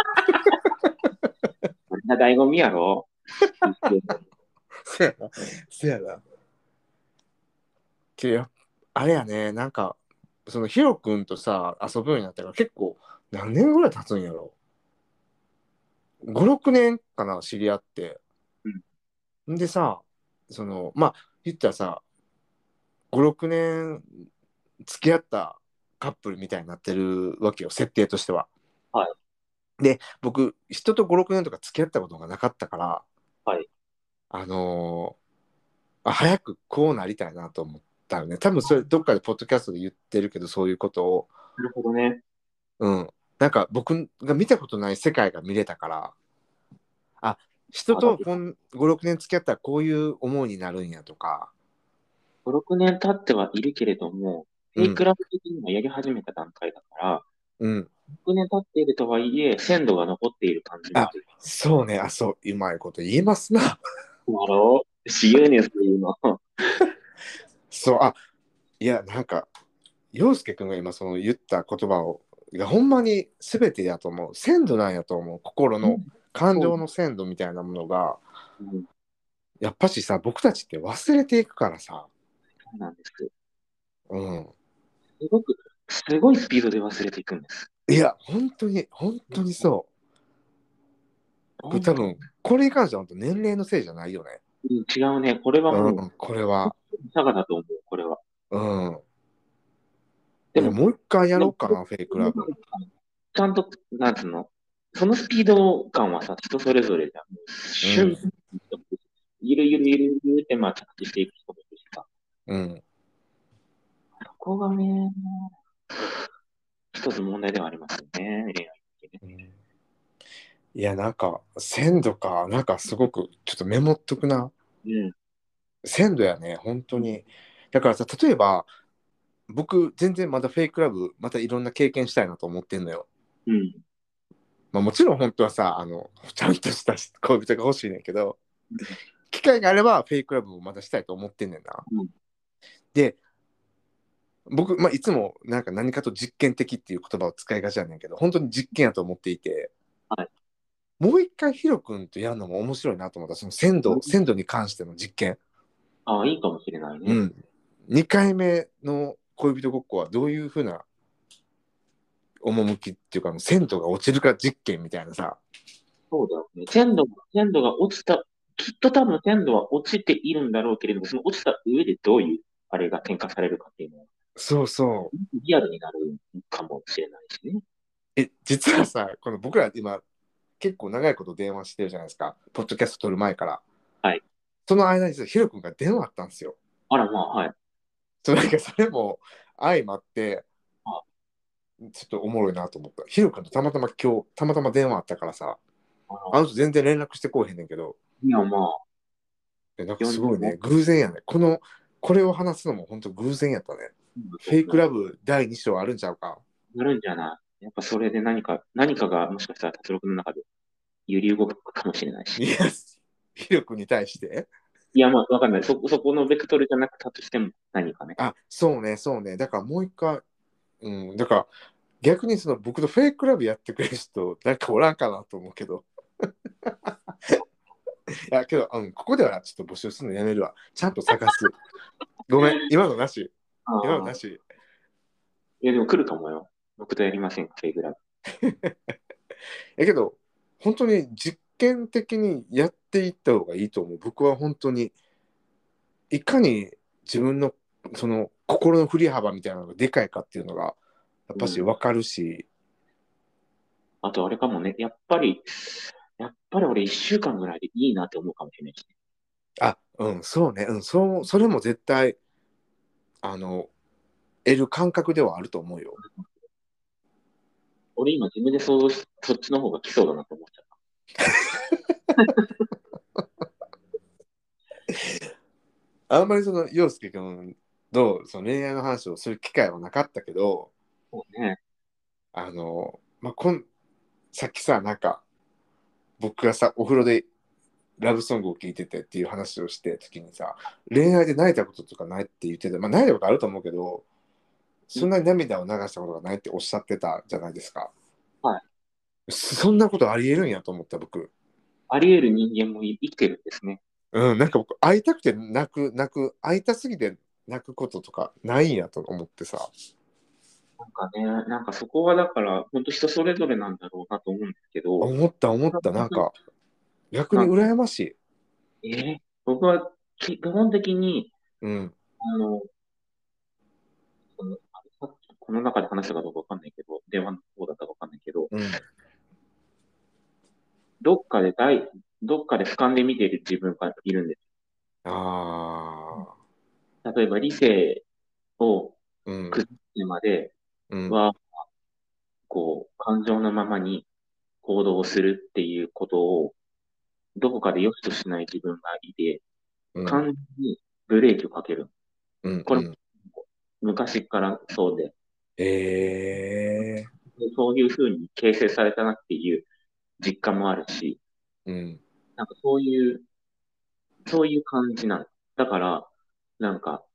な醍醐味やろ。 せやな。せやな。けどあれやね、なんか、ヒロ君とさ、遊ぶようになったから結構、何年ぐらい経つんやろ？ 5、6年かな、知り合って。 うん。 んでさ、まあ、言ったらさ、5、6年付き合ったカップルみたいになってるわけよ、設定としては。 はい、 で、僕、人と5、6年とか付き合ったことがなかったから、 はい。 あの早くこうなりたいなと思ったよね。多分それどっかでポッドキャストで言ってるけど、そういうことを。 なるほどね。 うん。なんか僕が見たことない世界が見れたから、あ、人あ、だってと5、6年付き合ったらこういう思いになるんやとか、 5、6年経ってはいるけれども、フェイクうん、 ラブ的にもやり始めた段階だから、 うん。 6年経っているとはいえ、鮮度が残っている感じがあ、 する。 そうね、そう、うまいこと言いますな。 だろう自由にそういうの。 そう、いや、なんか、陽介くんが今言った言葉がほんまに全てやと思う。鮮度なんやと思う。心の、 うん、そう、 感情の鮮度みたいなものが、 うん、 やっぱしさ、僕たちって忘れていくからさ、 そうなんです。 うん。 すごいスピードで忘れていくんです。 いや、本当に、本当にそう。これ本当、 多分、これに関しては本当年齢のせいじゃないよね。 違うね。これはもう、 これは。 佐賀だと思う、これは。 うん。 でも、 もう一回やでもろうかな、フェイクラブ。 ちゃんと、なんつうの、そのスピード感はさ、人それぞれじゃん。もううシュン、 ん。 ゆるゆるゆるゆるって、まあ、着地していく人もいるしさ。 うん。 そこがね、一つ問題ではありますよね、恋愛ってね。 うん、いや、なんか、鮮度か、なんかすごく、ちょっとメモっとくな。 うん。 鮮度やね、本当に。だからさ、例えば、僕、全然まだフェイクラブ、またいろんな経験したいなと思ってんのよ。 うん。 まあ、もちろん本当はさ、ちゃんとした恋人が欲しいねんけど、機会があればフェイクラブもまたしたいと思ってんねんな。 うん。 で、僕、まあ、いつもなんか何かと実験的っていう言葉を使いがちやねんけど、本当に実験やと思っていて、 はい。 もう一回ヒロ君とやるのも面白いなと思った。その鮮度に関しての実験。 ああ、いいかもしれないね。 うん。2回目の恋人ごっこはどういうふうな趣っていうか、鮮度が落ちるか実験みたいなさ。 そうだよね。鮮度が落ちた、きっと多分鮮度は落ちているんだろうけれども、その落ちた上でどういう、あれが転化されるかっていうのは、 そうそう。 リアルになるかもしれないしね。 実はさ、この僕ら今結構長いこと電話してるじゃないですか。ポッドキャスト撮る前から。 はい。 その間にヒロ君が電話あったんですよ。 あら、まあ、はい。 なんかそれも相まって、 あ、 ちょっとおもろいなと思った。ヒロ君とたまたま今日、たまたま電話あったからさ、 ああの人全然連絡してこうへんねんけど、 いや、まあ、 なんかすごい 45 ね、偶然やね。これを話すのも本当偶然やったね。 分だフェイクと思う。 ラブ第2章あるんちゃうか。 なるんじゃない？やっぱそれで何かがもしかしたら達郎君の中で揺り動くかもしれないし。 いや、ヒロ君に対して。 いや、まあ、わかんない。そこのベクトルじゃなくたとしても何かね。 あ、そうね、そうね。だからもう一回、うん、だから逆にその僕とフェイクラブやってくれる人、なんかおらんかなと思うけど。いや、けど、ここではちょっと募集するのやめるわ。ちゃんと探す。ごめん、今のなし。今のああ、 なし。 いや、でも来るかもよ。僕とやりませんか、フェイグラブ。 やけど、本当に実験的にやっていった方がいいと思う。僕は本当に、いかに自分のその心の振り幅みたいなのがでかいかっていうのが、やっぱしうん。 分かるし、 あとあれかもね。やっぱり俺一週間ぐらいでいいなって思うかもしれないしね。 あ、うん、そうね、うん、それも絶対、あの、得る感覚ではあると思うよ。 俺今自分で想像し、そっちの方が来そうだなと思っちゃっあんまりその、陽介君とその恋愛の話をする機会はなかったけど、 た。そうね。 まあ、さっきさ、なんか、僕がさ、お風呂でラブソングを聴いててっていう話をして時にさ、恋愛で泣いたこととかないって言ってた。まあ、泣いたことあると思うけど、そんなに涙を流したことがないっておっしゃってたじゃないですか。 はい。 そんなことありえるんやと思った僕。 あり得る人間も生きてるんですね。 うん、なんか僕、会いたくて会いたすぎて泣くこととかないんやと思ってさ。 なんかね、なんかそこはだから、本当人それぞれなんだろうなと思うんですけど、 思った。なんか、逆になん羨ましい。 僕は基本的に、 うん。 あの、あれさっきこの中で話したかどうかわかんないけど、電話の方だったかわかんないけど、 うん。 どっかで大、どっかで俯瞰で見ている自分がいるんでああ。 す。例えば理性をうん。 崩してまでうん。 は、こう、感情のままに行動をするっていうことを、どこかで良しとしない自分がいて、 うん。 完全にブレーキをかける。 うん。 これ、 うん。 昔からそうで、 ええそういうふうに形成されたなっていう実感もあるし、 ー。うん。 なんかそういう感じなの。だから、なんか、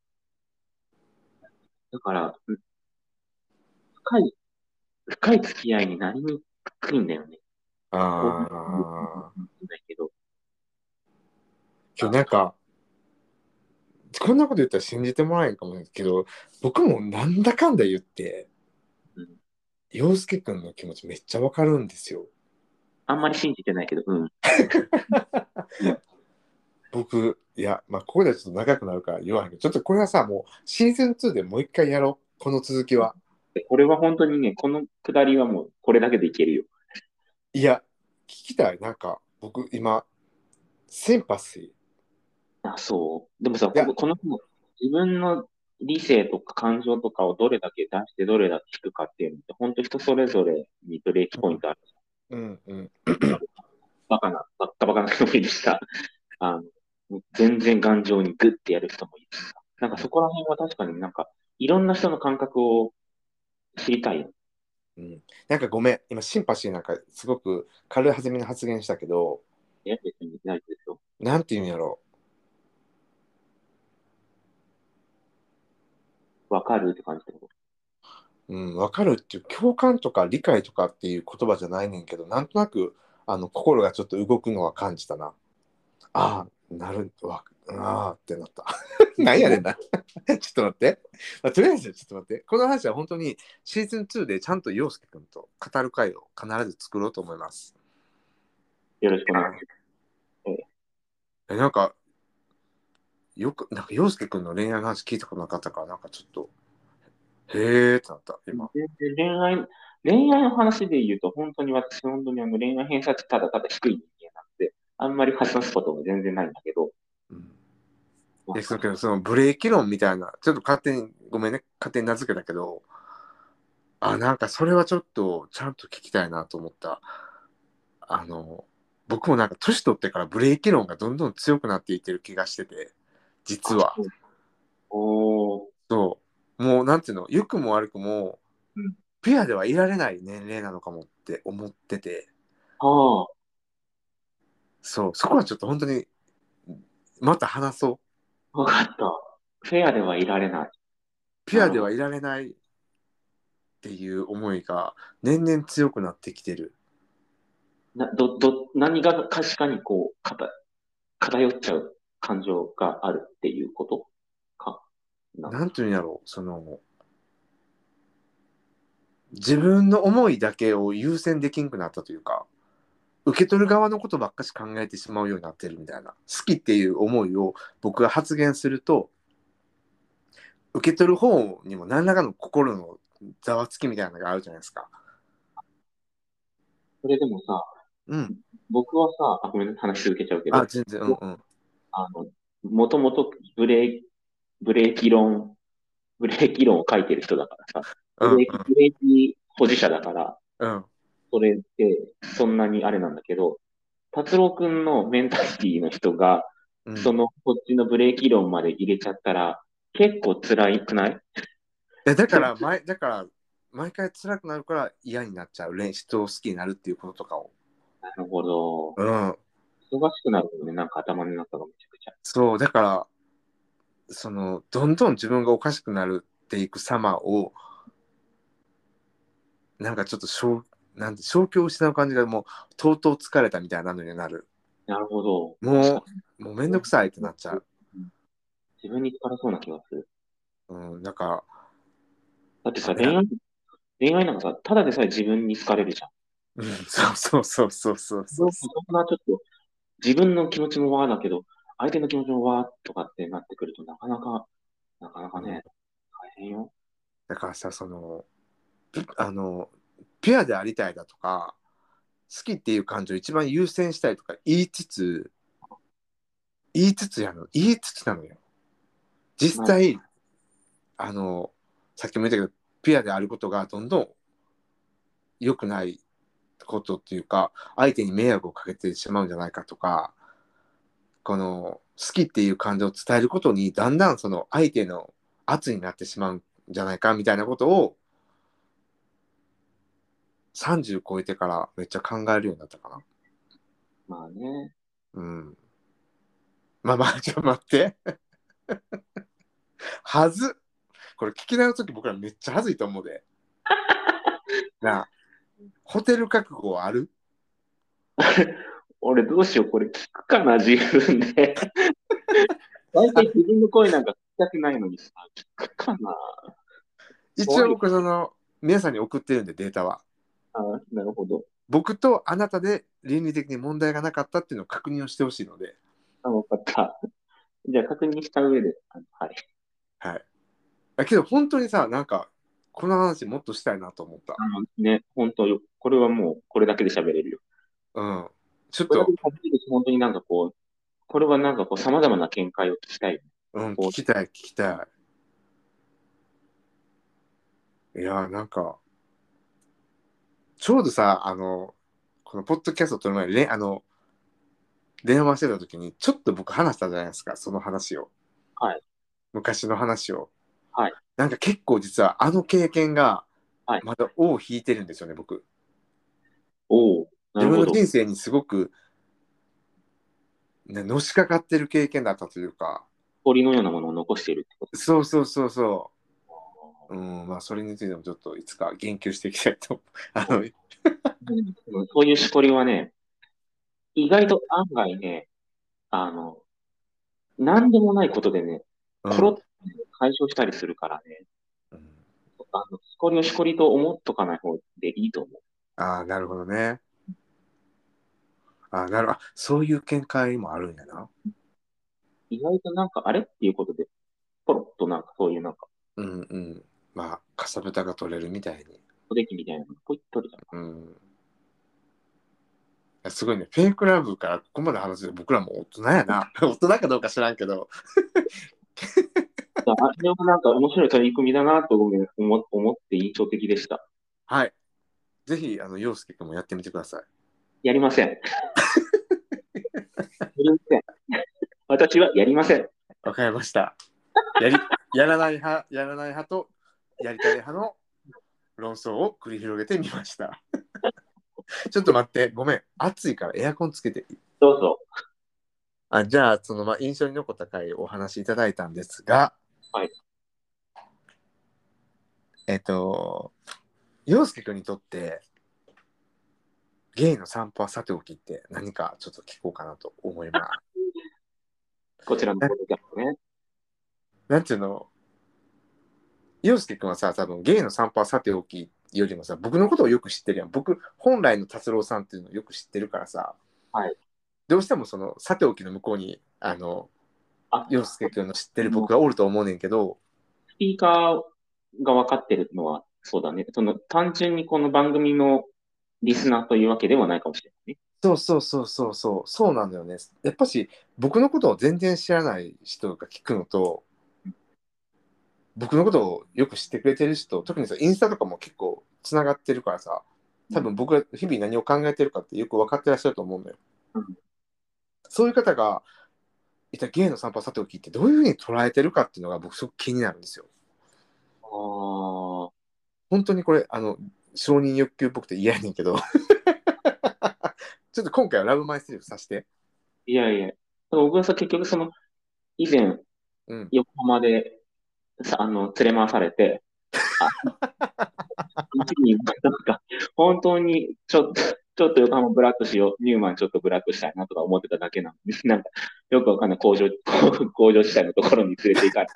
だから、深い、深い付き合いになりにくいんだよね。こういうああ。 ないけど、 今日なんか、こんなこと言ったら信じてもらえんかもしれないけど、僕もなんだかんだ言って、 うん、 陽介くんの気持ちめっちゃわかるんですよ。 あんまり信じてないけど、うん。 僕、いや、まあ、ここではちょっと長くなるから言わへんけど、ちょっとこれはさ、もうシーズン2でもう一回やろう。この続きは。 でこれは本当にね、このくだりはもうこれだけでいけるよ。 いや、聞きたい。なんか、僕、今、シンパシー。いあ、そう。でもさ、 や、 この自分の理性とか感情とかをどれだけ出してどれだけ引くかっていうのって、本当人それぞれにブレーキポイントある。 うん、うん。 バッカバカな人もいるしさ、あ全然頑丈にグッてやる人もいるしさ。なんかそこら辺は確かになんか、いろんな人の感覚を知りたいよ。 うん、なんかごめん、今、シンパシーなんかすごく軽い弾みの発言したけど、 別にないですよ。 なんていうんやろわかるって感じだけど。 う。うん、わかるっていう、共感とか理解とかっていう言葉じゃないねんけど、なんとなく、心がちょっと動くのは感じたな。ああ、ああってなった。なんやねんな。ちょっと待って。まあ、とりあえず、ちょっと待って。この話は本当にシーズン2でちゃんと陽介君と語る会を必ず作ろうと思います。 よろしくお願いします。 なんか、なんか陽介君の恋愛の話聞いたことなかったから、なんかちょっと、へーってなった、今。 全然恋愛の話で言うと、本当に私、本当に恋愛偏差値ただただ低い人間なんで、あんまり話すことも全然ないんだけど、 うん。 まあ、 そのブレーキ論みたいな、ちょっと勝手に、ごめんね、勝手に名付けたけど、なんかそれはちょっとちゃんと聞きたいなと思った。あの、僕もなんか年取ってからブレーキ論がどんどん強くなっていってる気がしてて、実は。 そう。おー、 そう。もうなんていうの、良くも悪くも、 うん。 ピュアではいられない年齢なのかもって思ってて、 あそう、そこはちょっと本当に、また話そう。 あ、わかった。フェアではいられない。なるほど。 ピュアではいられないっていう思いが年々強くなってきてる。 何が確かにこう、偏っちゃう感情があるっていうことかな。 なんていうんやろう、その、自分の思いだけを優先できんくなったというか、受け取る側のことばっかし考えてしまうようになってるみたいな。好きっていう思いを僕が発言すると、受け取る方にも何らかの心のざわつきみたいなのがあるじゃないですか。 それでもさ、 うん。 僕はさ、ごめんね、話続けちゃうけど、 全然、うんうん。 あの、もともとブレーキ論、ブレーキ論を書いてる人だからさ、 うんブレーキ保持者だから、 うん。 それってそんなにあれなんだけど、達郎くんのメンタリティの人が、 うん。 こっちのブレーキ論まで入れちゃったら、結構辛いくない？ だから毎回辛くなるから嫌になっちゃう。人を好きになるっていうこととかを。 なるほど。 うん。 忙しくなるよね、なんか頭の中がめちゃくちゃ。 そう、だから、どんどん自分がおかしくなるっていく様を、なんかちょっと正気を失う感じがもう、とうとう疲れたみたいなのになる。 なるほど。確かもうめんどくさいってなっちゃう。 に。自分に疲れそうな気がする。 うん、だかだってさ、 ら、 恋愛なんかさ、ただでさえ自分に疲れるじゃん。 うん、そう。 そんなちょっと自分の気持ちもわーだけど、相手の気持ちもわーとかってなってくると、なかなかうん、 ね、大変よ。 だからさ、ピュアでありたいだとか、好きっていう感情を一番優先したいとか言いつつなのよ。実まあ、 際、あの、さっきも言ったけど、ピュアであることがどんどん良くないことっていうか、相手に迷惑をかけてしまうんじゃないかとか、好きっていう感情を伝えることに、だんだんその相手の圧になってしまうんじゃないかみたいなことを、30超えてからめっちゃ考えるようになったかな。 まあね。 うん。ちょっと待って。はず。これ聞き直すとき僕らめっちゃはずいと思うで。なあ、ホテル覚悟はある？ 俺どうしよう、これ聞くかな、自分で。大体自分の声なんか聞きたくないのにさ、聞くかな。怖い。 一応僕皆さんに送ってるんでデータは。 なるほど。 僕とあなたで倫理的に問題がなかったっていうのを確認をしてほしいので。 あ、わかった。じゃあ確認した上で、はい。 はい。けど本当にさ、なんか、この話もっとしたいなと思った。 ね、本当よ。これはもう、これだけで喋れるよ。 うん。ちょっこれだけと、 で喋れるし、本当になんかこう、これはなんかこう、様々な見解を聞きたい。 うん、聞こきたい、聞きたい。いや、なんか、ちょうどさ、このポッドキャストを撮る前に、電話してた時に、ちょっと僕話したじゃないですか、その話を。 はい、 昔の話を。 はい、 なんか結構実はあの経験が、 はい。 まだ尾を引いてるんですよね、僕。 おお、な自分のるほど。 人生にすごく、ね、のしかかってる経験だったというか、 氷のようなものを残しているってことですね。 そうそうそうそう。うん、まあ、それについてもちょっといつか言及していきたいと。 そうそういうしこりはね、意外と案外ね、あの、なんでもないことでね、 うん。 コロッと解消したりするからね、 うん、 しこりをしこりと思っとかない方でいいと思う。 ああ、なるほどね。ああ、そういう見解もあるんやな。 意外となんか、あれっていうことで、ポロッとなんかそういうなんか、 うんうん。まあ、かさぶたが取れるみたいに。 おできみたいなのがポイッと取るじゃん。 うん。すごいね。フェイクラブからここまで話して僕らも大人やな。大人かどうか知らんけど。 あれはなんか面白い取り組みだなと思って印象的でした。 はい。ぜひ、陽介君もやってみてください。 やりません。やりません。私はやりません。 わかりました。やらない派と、やりたい派の論争を繰り広げてみました。ちょっと待って、ごめん。暑いからエアコンつけて。 どうぞ。 じゃあ、印象に残った回をお話しいただいたんですが、 はい。 陽介君にとって、ゲイの散歩はさておきって何かちょっと聞こうかなと思います。 こちらのポッドキャストね。 なんていうの、陽介君はさ、多分ゲイの散歩はさておきよりもさ、僕のことをよく知ってるやん。僕、本来の達郎さんっていうのをよく知ってるからさ、 はい。 どうしてもさておきの向こうに、 あ、 陽介君の知ってるもう僕がおると思うねんけど、 スピーカーが分かってるのは、そうだね。単純にこの番組のリスナーというわけではないかもしれないね。 そうそうそうそうそう、そうなんだよね。やっぱし、僕のことを全然知らない人が聞くのと、僕のことをよく知ってくれてる人、特にさ、インスタとかも結構つながってるからさ、多分僕が日々何を考えてるかってよく分かってらっしゃると思うんだよ。 うん。 そういう方が、一体ゲイの散歩さておきってどういうふうに捉えてるかっていうのが僕すごく気になるんですよ。 ああ、 本当にこれ、承認欲求っぽくて嫌やねんけど、ちょっと今回はラブマイセルフさせて。 いやいや。僕はさ、結局以前、 うん。 横浜で、連れ回されて、あ、一に、なんか、本当に、ちょっと横浜ブラックしよう、ニューマンちょっとブラックしたいなとか思ってただけなのに、なんか、よくわかんない工場地帯のところに連れて行かれて、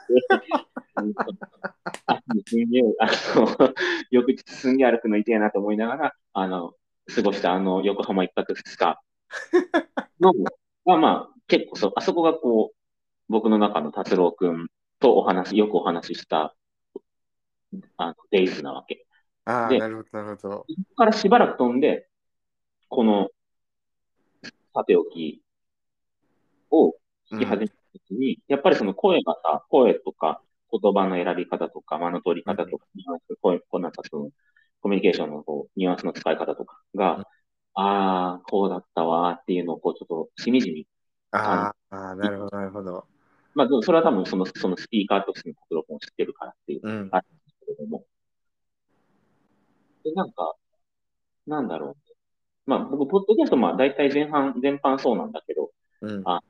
すんげえ、翌日すんげえ歩くの痛いなと思いながら、過ごした横浜一泊二日の、まあ、結構そう、あそこがこう、僕の中の達郎くんとよくお話しした、デイズなわけ。 ああ、 で、 なるほど、なるほど。 そこからしばらく飛んで、この、さておきを聞うん。 き始めたときに、やっぱりその声とか、言葉の選び方とか、間の取りうん。 方とか、ニュアンス、声、こうなんかその、コミュニケーションのこう、ニュアンスの使い方とかが、ああ、こうだったわーっていうのをこう、ちょっとしみじみ感じ、 なるほど、なるほど。 まあ、それは多分そのスピーカーとしての国録を知ってるからっていう、 うん。 あるんですけれども。で、なんか、なんだろう。まあ、僕、ポッドキャスト、まあ、大体全般そうなんだけど、 うん。 あ、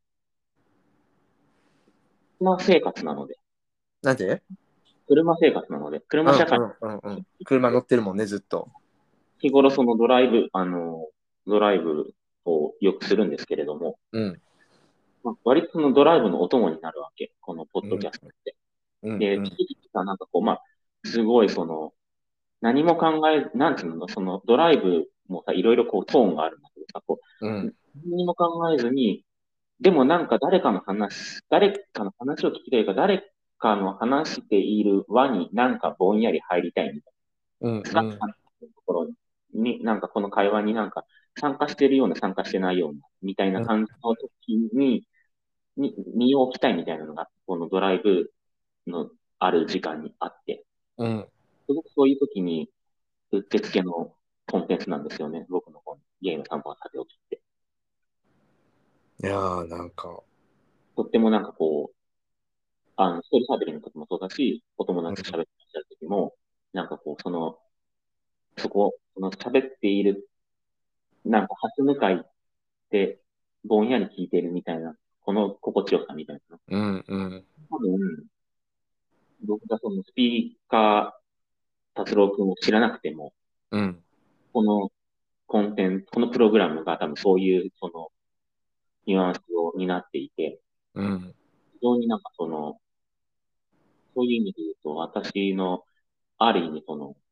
車生活なので、 なんで？ 車生活なので、 うん、 車社会うん、うん、うん。車乗ってるもんね、ずっと。 日頃ドライブをよくするんですけれども、 うん。 まあ、割とそのドライブのお供になるわけ。このポッうん、 ドキャストって。 うん、 で、 うん。 聞いてたなんかこう、まあ、すごい何も考え、なんていうの、ドライブもさ、いろいろこうトーンがあるんだけどさ、こう、 うん。 何も考えずに、 でもなんか誰かの話を聞きたいか、誰かの話している輪になんかぼんやり入りたいみたいな。スラッうんところに、なんかこの会話になんか参加してるような参加してないような、みたいなうん感じの時身を置きたいみたいなのが、このドライブのある時間にあって、 うん。 すごくそういう時に、うってつけのコンテンツなんですよね。僕のこのゲイの散歩がさておきって。 いやーなんか、 とってもなんかこう、一人喋りの時もそうだし、お友達と喋ってらっしゃる時も、なんかこう、その喋っている、なんか初向かいで、ぼんやり聞いてるみたいな、この心地よさみたいな。 うんうん。 多分、僕がそのスピーカー、達郎くんを知らなくても、 うん。 このこのプログラムが多分そういう、ニュアンスを担っていて、 うん。 非常になんかそういう意味で言うと、私の、ある意味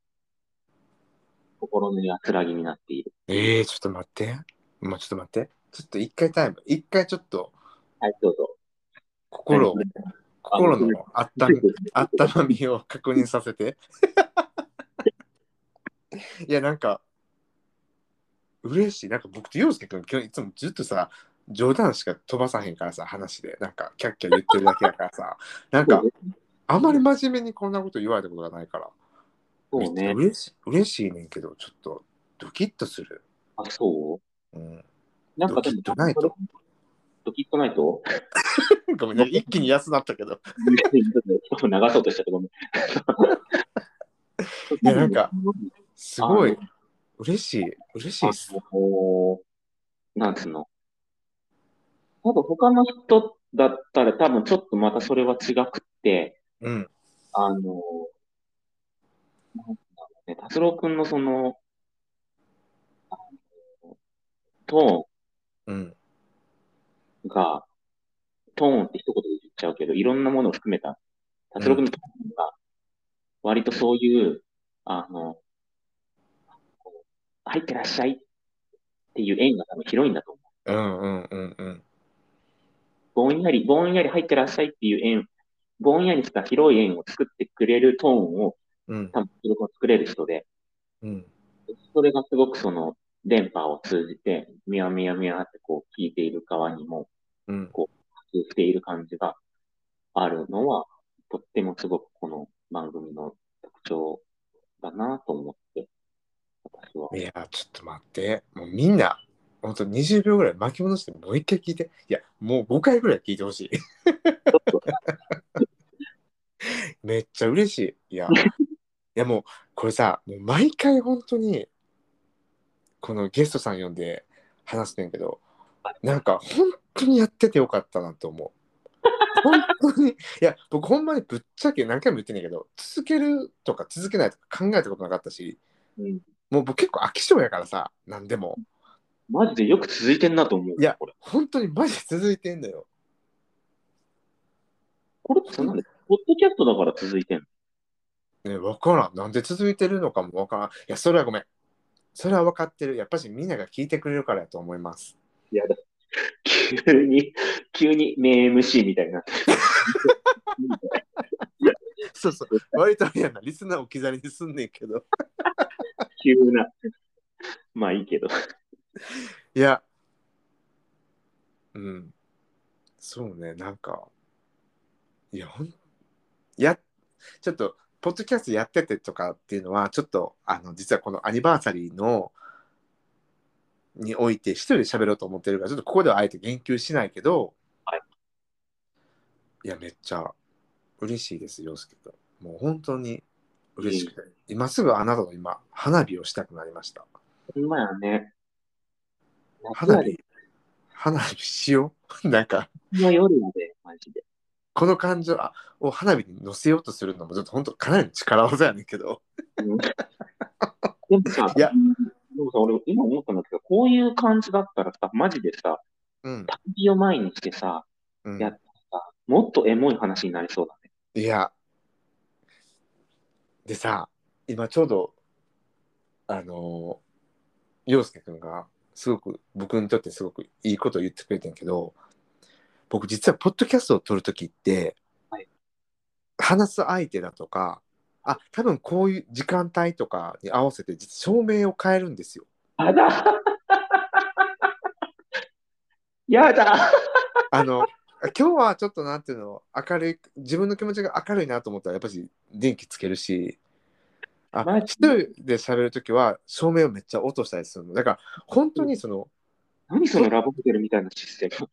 心の安らぎになっているっていう。 ちょっと待って。もうちょっと待って。ちょっと一回タイム。一回ちょっとはい、どうぞ。何心を、心のあったまみを確認させて。いや、なんか、嬉しい。なんか僕と洋介君、今日いつもずっとさ、冗談しか飛ばさへんからさ、話で。なんか、キャッキャ言ってるだけだからさ、なんか、あまり真面目にこんなこと言われたことがないから、めっちゃそうね。 嬉しいねんけど、ちょっと、ドキッとする。 あ、そうん。 うなんドキッかでも、 とないと。 ドキッとないとごめん、なんか一気に安なったけど。 流そうとしたけども。 いや、なんか、すあの、 ごい、嬉しいっす。 なんつうの。多分他の人だったら多分ちょっとまたそれは違くって、 うん、 あの、なんだろうね、達郎くんのトうん、 が、トーンって一言で言っちゃうけど、いろんなものを含めた、 うん、 達郎くんのトーンが、割とそういう、あの、入ってらっしゃいっていう縁が多分広いんだと思う。 うん、うん、うん、うん、 ぼんやり入ってらっしゃいっていう縁、ぼんやりした広い縁を作ってくれるトーンを、 うん、 多分達郎くんは作れる人で、 うん、 それがすごく電波を通じて、みやみやみやってこう聞いている側にも、 うん。 こう、波及している感じがあるのは、とってもすごくこの番組の特徴だなと思って、私は。 いや、ちょっと待って。もうみんな、ほんと20秒ぐらい巻き戻してもう一回聞いて。いや、もう5回ぐらい聞いてほしい。めっちゃ嬉しい。いやもう、これさ、もう毎回本当に、このゲストさん呼んで話してんけど、なんか本当にやっててよかったなと思う。本当に、いや、僕ほんまにぶっちゃけ何回も言ってんねんけど、続けるとか続けないとか考えたことなかったし、 うん。 もう僕結構飽き性やからさ、なんでも。 マジでよく続いてんなと思う、 いや、 これ。 本当にマジ続いてんだよ。 これってなんで、ポッドキャストだから続いてんの？ ね、わからん。なんで続いてるのかもわからん。いや、それはごめん。それは分かってる。やっぱしみんなが聞いてくれるからやと思います。 いやだ、急に、急に名 MC みたいになってる。 そうそう。割とあれやな、リスナー置き去りにすんねんけど。 急な。まあいいけど。 いや、うん。そうね、なんか、いや、や、ちょっと、ポッドキャストやっててとかっていうのは、ちょっと、実はこのアニバーサリーにおいて一人で喋ろうと思ってるから、ちょっとここではあえて言及しないけど、 はい。 いや、めっちゃ嬉しいです、陽介と。もう本当に嬉しくて、今すぐあなたの今、花火をしたくなりました。 ほんまやね。夏やで。 花火、花火しよう。なんか、 の夜やで、マジで。 この感情を花火に乗せようとするのも、ちょっと本当かなりの力技やねんけど。 うん、でもさ、 いや、 俺今思ったんだけど、こういう感じだったらさ、マジでさ、 うん、 旅を前にしてさ、 うん。 やったらさ、もっとエモい話になりそうだね。 いや、でさ、今ちょうど、あの陽介くんが、すごく、僕にとってすごくいいことを言ってくれてんけど、 僕実はポッドキャストを撮るときって、 はい、 話す相手だとか、多分こういう時間帯とかに合わせて照明を変えるんですよ。 あだやだあの今日はちょっとなんていうの、明るい、自分の気持ちが明るいなと思ったらやっぱり電気つけるし、一人で喋るときは照明をめっちゃ落としたりするの。だから本当に何そのラブホテルみたいなシステム。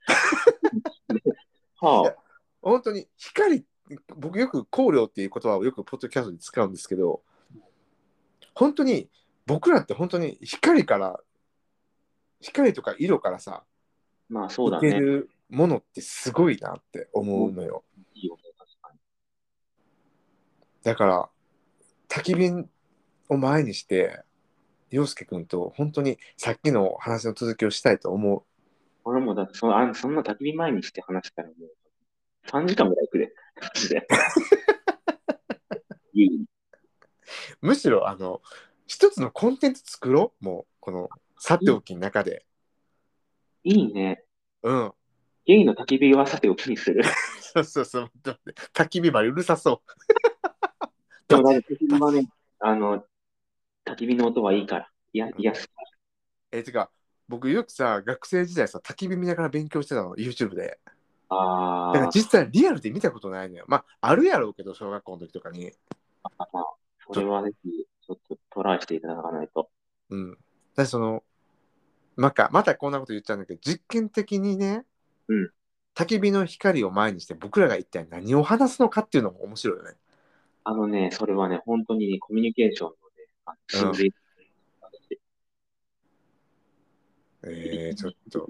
はあ。 本当に僕よく光量っていう言葉をよくポッドキャストで使うんですけど、本当に僕らって本当に光とか色からさ、 まあそうだね。 受けるものってすごいなって思うのよ。 いいよね、確かに。 だから焚き火を前にして陽介君と本当にさっきの話の続きをしたいと思う。 俺もだってそんな焚き火前にして話したらもう3時間ぐらい行くで。マジで。いい。 むしろ一つのコンテンツ作ろう。もうこのさておきの中で。 いいね。 うん。 ゲイの焚き火はさておきにする。 そうそうそう。焚き火までうるさそう。 でもだって焚き火はね、焚き火の音はいいから。癒すかてか、僕よくさ、学生時代さ、焚き火見ながら勉強してたの、YouTube で。 ら。 だから実際リアルで見たことないのよ。まあ、あるやろうけど、小学校の時とかに。 それはぜひ、ちょっとトライしていただかないと。 うん。だまたこんなこと言っちゃうんだけど、実験的にね、 うん。 焚き火の光を前にして僕らが一体何を話すのかっていうのも面白いよね。 それはね、本当にコミュニケーションのね、真髄。 ちょっと。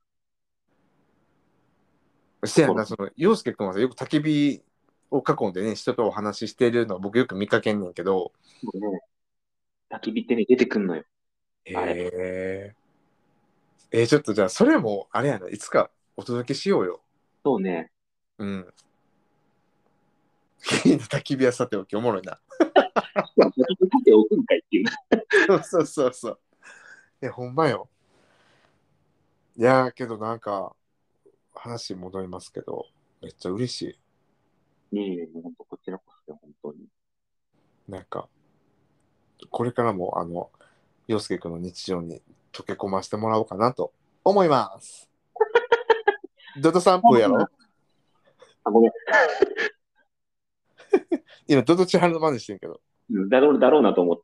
せやな、陽介君はさ、よく焚き火を囲んでね、人とお話ししてるのを僕よく見かけんねんけど。 ね、焚き火ってね、出てくんのよ。 ちょっとじゃあ、それも、あれやな、いつかお届けしようよ。 そうね。 うん。焚き火はさておき、おもろいな。 焚き火立ておくんかいっていう。 そう。ほんまよ。いやけどなんか、話戻りますけど、めっちゃ嬉しい。 ねえ、もう本当こちらこそよ、本当に。 なんか、これからも、陽介君の日常に溶け込ませてもらおうかなと思います。ドド散歩やろ？ ごめん。 今、ドド千春の真似してんけど。 だろうなと思った。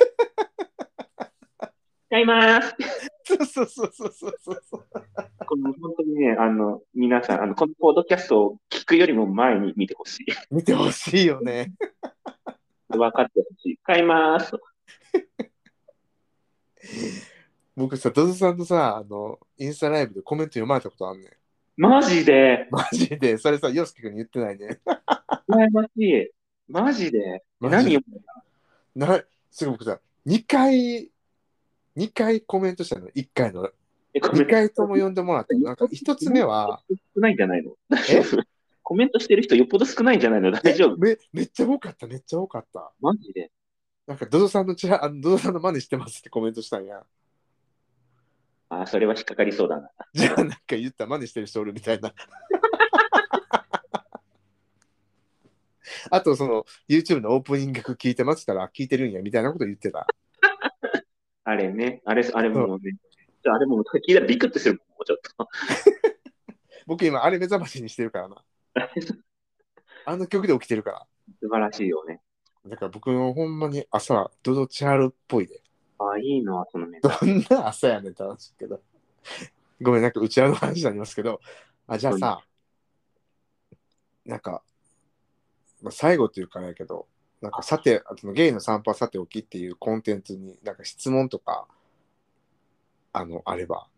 買います。 そう。 この本当にね、皆さん、このポッドキャストを聞くよりも前に見てほしい。 見てほしいよね。 分かってほしい。買います。 僕さ、ドドさんとさ、インスタライブでコメント読まれたことあんねん。 マジでマジで、それさ、陽介君に言ってないね。 羨ましい。マジで何読んだすぐ僕さ、2回コメントしたの、1回の。2回とも読んでもらった。なんか1つ目は、 少ないんじゃないの？コメントしてる人よっぽど少ないんじゃないの？大丈夫？ めっちゃ多かった。 マジでなんか、ドドさんの真似してますってコメントしたんや。 それは引っかかりそうだな。 じゃあ、なんか言った真似してる人おるみたいな。あと、YouTube のオープニング聞いてますったら、聞いてるんや、みたいなこと言ってた。 あれね、あれもね、あれも聞いたらビクッとするもん、ちょっと。 僕今、あれ目覚ましにしてるからな。あの曲で起きてるから。 素晴らしいよね。 だから僕のほんまに朝、ドドチャールっぽいで。 いいの、そのメどんな朝やねんって話けど。ごめん、なんか内輪の話になりますけど。じゃあさ、なんか、最後というかないけど、なんかゲイの散歩はさておきっていうコンテンツになんか質問とか、あれば。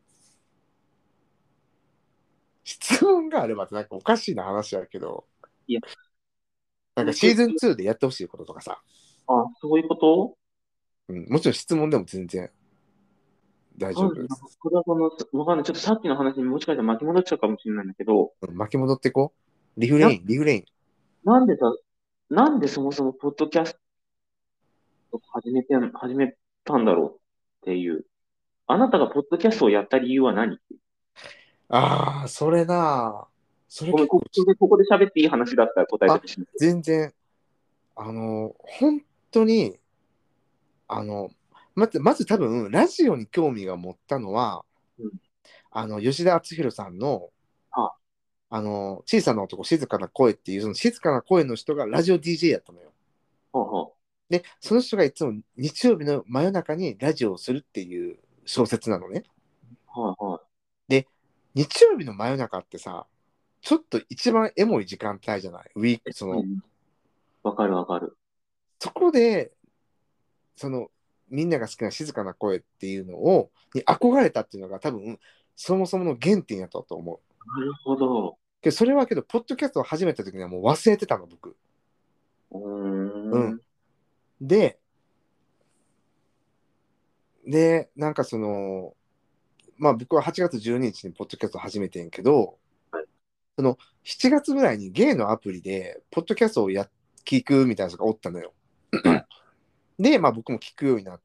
質問があればってなんかおかしいな話やけど、 いや、 なんかシーズン2でやってほしいこととかさ。 そういうこと？ もちろん質問でも全然大丈夫です。 これはわかんない。ちょっとさっきの話にもしかしたら巻き戻っちゃうかもしれないんだけど、 巻き戻ってこう。リフレイン。 なんでそもそもポッドキャスト始めたんだろうっていう。あなたがポッドキャストをやった理由は何？ それなそれごめん、 結構ここで喋っていい話だったら答えたあ、 りします。 全然、本当に、まず多分、ラジオに興味が持ったのは、 うん。 吉田篤弘さんの、 あ、 小さな男、静かな声っていう、その静かな声の人がラジオ DJ やったのよ。 ほうほで、その人がいつも日曜日の真夜中にラジオをするっていう小説なのね。 う。はいはい。 で、日曜日の真夜中ってさ、ちょっと一番エモい時間帯じゃないウィーク、 うん。わかるわかる。 そこで、その、みんなが好きな静かな声っていうのに憧れたっていうのが多分、そもそもの原点やったと思う。 なるほど。 それはけど、ポッドキャストを始めた時にはもう忘れてたの、僕。 ううん。 ーん。 で、なんかその、まあ僕は8月12日にちにポッドキャストを始めてんけど、 はい。 その7月ぐらいにゲイのアプリで、ポッドキャストを聞くみたいな人がおったのよ。 はい。 で、まあ僕も聞くようになって、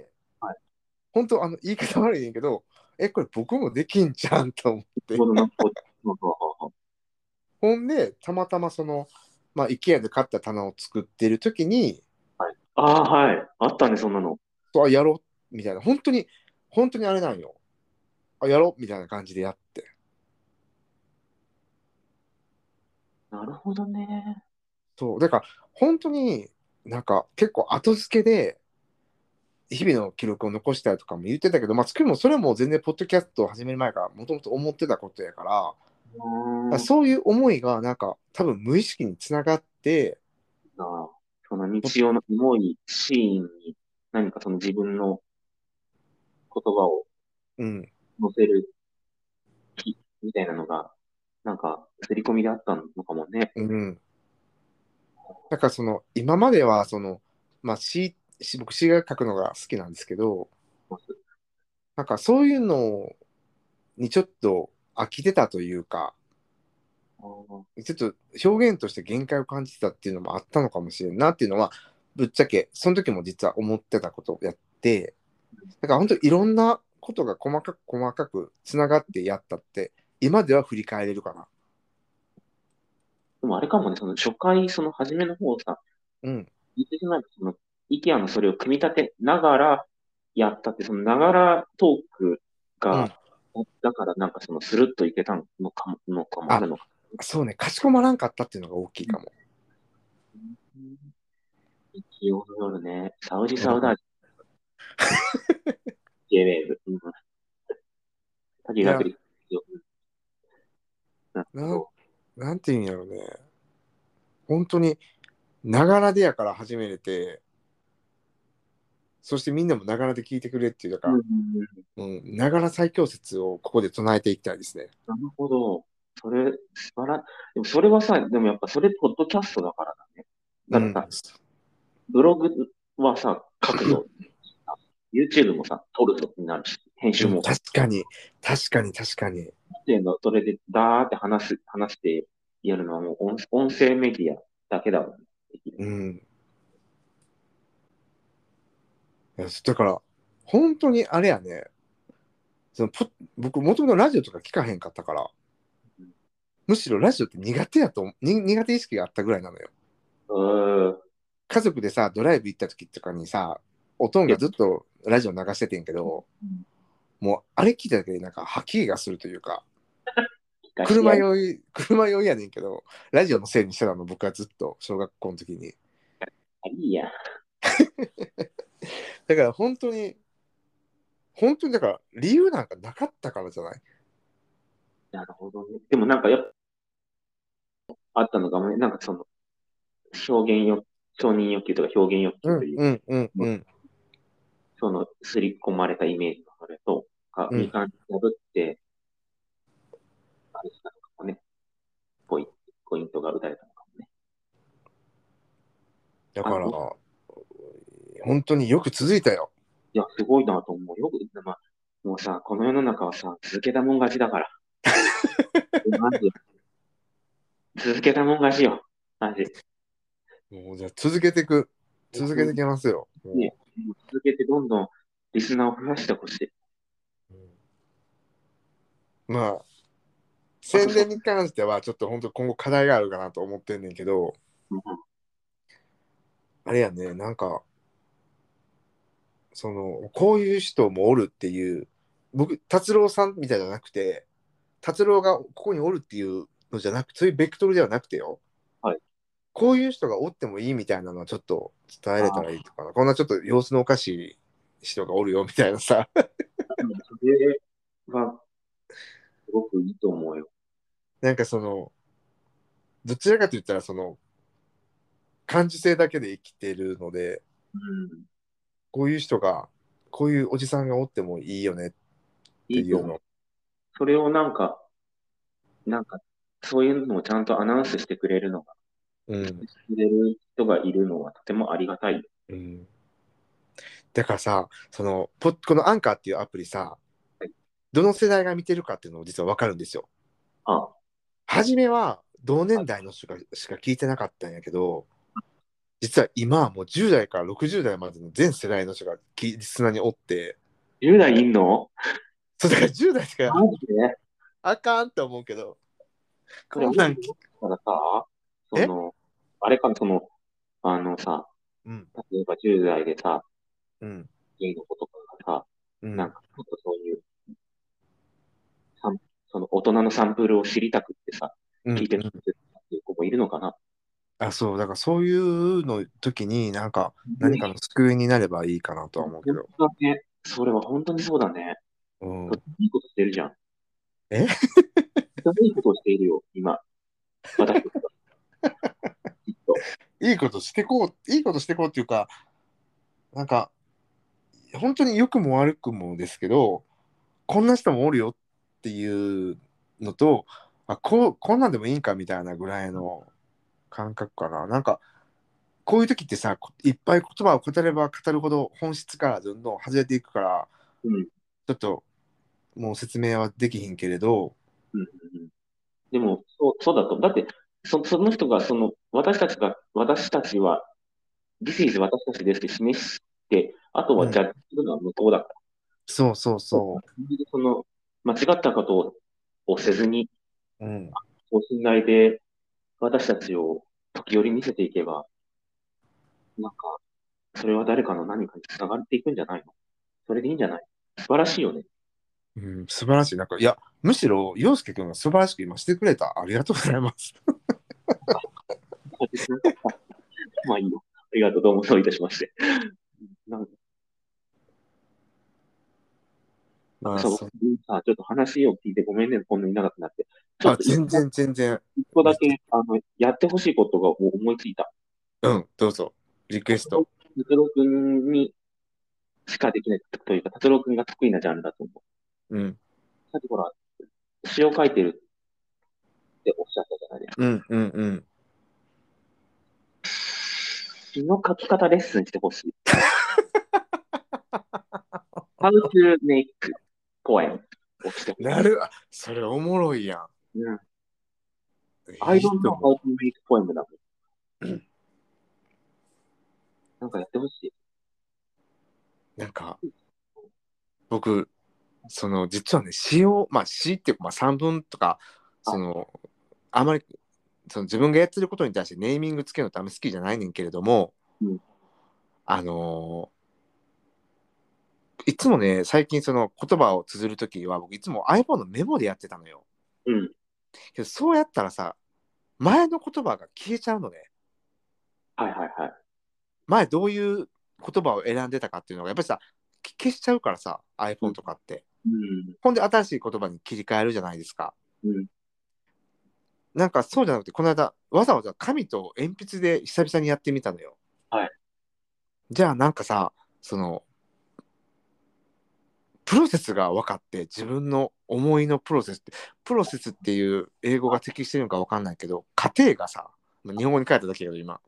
はい。 本当言い方悪いねんけど、これ僕もできんじゃんと思って。 なるほど。ほう。 ほんで、たまたまその、まあ、IKEA で買った棚を作ってる時に、 はい。ああ、はい。あったね、そんなの。 やろうみたいな、本当にあれなんよ。やろうみたいな感じでやって。 なるほどね。 そう、だから本当になんか結構後付けで日々の記録を残したりとかも言ってたけど、まあ、それも全然ポッドキャストを始める前からもともと思ってたことやから、 うーん。 そういう思いがなんか多分無意識につながって、 ああ、その日常の重いシーンに何かその自分の言葉をうん、 乗せる気みたいなのが、なんか、刷り込みであったのかもね。 うん。だからその今まではその、まあ、僕詩が書くのが好きなんですけど、なんかそういうのにちょっと飽きてたというか、 ああ、 ちょっと表現として限界を感じてたっていうのもあったのかもしれんなっていうのは、ぶっちゃけ、その時も実は思ってたことをやって、だから本当いろんなことが細かく細かくつながってやったって、今では振り返れるかな。 でもあれかもね、その初回、その初めの方さ、 うん、 言ってしまえば、その、IKEA のそれを組み立てながらやったって、そのながらトークうん。 が、だからなんかそのスルッといけたのかもああ、 るのか。 そうね、かしこまらんかったっていうのが大きいかも。 うん。日曜の夜ね、サウジうん、 サウダージ、J-Wave、うん、先いや、 がり、なるほなん、 ど。 なんていうんやろうね。本当に、ながらでやから始めれて、そしてみんなもながらで聞いてくれっていう、だかうん、うら、 んうん。 ながら最強説をここで唱えていきたいですね。 なるほど。それ、素晴ら、でもそれはさ、でもやっぱそれ、ポッドキャストだからだね。 うん。 だからさ、ブログはさ、書くぞ。YouTube もさ、撮るぞになるし、編うん、 集もさ、 確かに、確かに、確かに。 っていうの、それでダーって話してやるのはもう音声メディアだけだもんね。できるの。 うん。だから、本当にあれやね、その僕、もともとラジオとか聞かへんかったから、むしろラジオって苦手意識があったぐらいなのよ。 うん。 家族でさ、ドライブ行った時とかにさ、おとんいや、 がずっとラジオ流しててんけど、もうあれ聞いただけでなんか吐き気がするというか、 聞かしてやる。 車酔いやねんけど、ラジオのせいにしてたの、僕はずっと小学校の時に。 いいや。 だから本当にだから理由なんかなかったからじゃない。 なるほどね。でもなんかやっぱあったのかもね。なんかその、表現欲、承認欲求とか表現欲求という、 うんうんうんうん。 その、刷り込まれたイメージのそれと、 うん。 みかん破って、あれしたのかもね。ポイ、ポイントが打たれたのかもね。あの、 だから、本当によく続いたよ。 いや、すごいなと思う。よく、まあ、もうさ、この世の中はさ、続けたもん勝ちだから。マジ。続けたもん勝ちよ。マジ。 もうじゃあ続けていきますよ。 ね、もう続けてどんどんリスナーを増やしてほしい。 まあ、 宣伝に関してはちょっと本当今後課題があるかなと思ってんねんけど、 うんあれやね、なんかそのこういう人もおるっていう、僕達郎さんみたいじゃなくて、達郎がここにおるっていうのじゃなくて、そういうベクトルではなくてよ、 はい。 こういう人がおってもいいみたいなのはちょっと伝えれたらいいとかな。こんなちょっと様子のおかしい人がおるよみたいなさ。 それは、すごくいいと思うよ。 なんかその、どちらかと言ったらその、感受性だけで生きてるので、 うん。 こういう人が、こういうおじさんがおってもいいよねっていいと思う。 いうの。 それをなんか、そういうのをちゃんとアナウンスしてくれるのが、 うん。 くれる人がいるのはとてもありがたい。 うん。だからさ、その、このアンカーっていうアプリさ、 はい。 どの世代が見てるかっていうのを実は分かるんですよ。 あ、 初めは同はい。 年代の人がしか聞いてなかったんやけど、実は今はもう10代から60代までの全世代の人がリスナーにおって、 10代いんの？ そうだから10代しかマジで？ あかんって思うけど、 それこんなん思ったらさ、そえの、あれか、さ、 うん、 例えば10代でさ、 うん、 ゲイの子とかがさ、 うん、 なんか、ちょっとそういうサン、その大人のサンプルを知りたくってさ、 うん、 聞いてるうん。 っていう子もいるのかな？ あ、そう、だからそういうの時になんか何かね、 の救いになればいいかなとは思うけ本ど。 当だね。それは本当にそうだね。 うん。 とてもいいことしてるじゃん。 えとてもいいことをしているよ、今。私たちはきっと。 いいことしてこう、いいことしてこうっていうか、なんか、本当に良くも悪くもですけど、こんな人もおるよっていうのと、こんなんでもいいんかみたいなぐらいの感覚かな。なんか、こういう時ってさ、いっぱい言葉を語れば語るほど本質からどんどん外れていくから、 うん。 ちょっともう説明はできひんけれど、 うん。うん。でも、そうだと。だって、その人が、私たちは、This is 私たちですって示して、あとうん、 はジャッジするのは向こうだかそうそうら。 そその、間違ったことをせずに、 う。うん。 等身大で私たちを時折見せていけば、なんか、それは誰かの何かに繋がっていくんじゃないの？それでいいんじゃない？素晴らしいよね。 うん、素晴らしい。なんか、いや、むしろ、洋介君が素晴らしく今してくれた。ありがとうございます。 私なんかまあいいよ。ありがとう。どうもそういたしまして。なんかまあ、 そう、ちょっと話を聞いてごめんね、こんなに長くなって。ちょっと全然全然。 一個だけ、やってほしいことが思いついた。 うん、どうぞ。リクエスト。 達郎くんにしかできないというか、達郎くんが得意なジャンルだと思う。 うん、 さっきほら、詩を書いてるっておっしゃったじゃないですか。 うん、うん、うん。 詩の書き方レッスンしてほしい。How to make poem をしてほしい。 それおもろいやうん。 ん。 I いい don't と know 思 how to make poem だもん。なんかやってほしい。 う。なんか、僕、その、実はね、まあ、詩っていうか、まあ、散文とか、 はい。 その、あまり、その自分がやってることに対してネーミングつけるのってあんまり好きじゃないねんけれども、 うん。 あのいつもね、最近その言葉を綴るときは、僕いつも iPhone のメモでやってたのよ。 うん。 けどそうやったらさ、前の言葉が消えちゃうのね。 はいはいはい。 前どういう言葉を選んでたかっていうのが、やっぱりさ、消しちゃうからさ、 う iPhone ん。 とかって。 うん。 ほんで新しい言葉に切り替えるじゃないですか。 うん。 なんかそうじゃなくて、この間、わざわざ紙と鉛筆で久々にやってみたのよ。 はい。 じゃあなんかさ、その、プロセスが分かって、自分の思いのプロセスっていう英語が適してるのか分かんないけど、過程がさ、日本語に書いただけだけど今、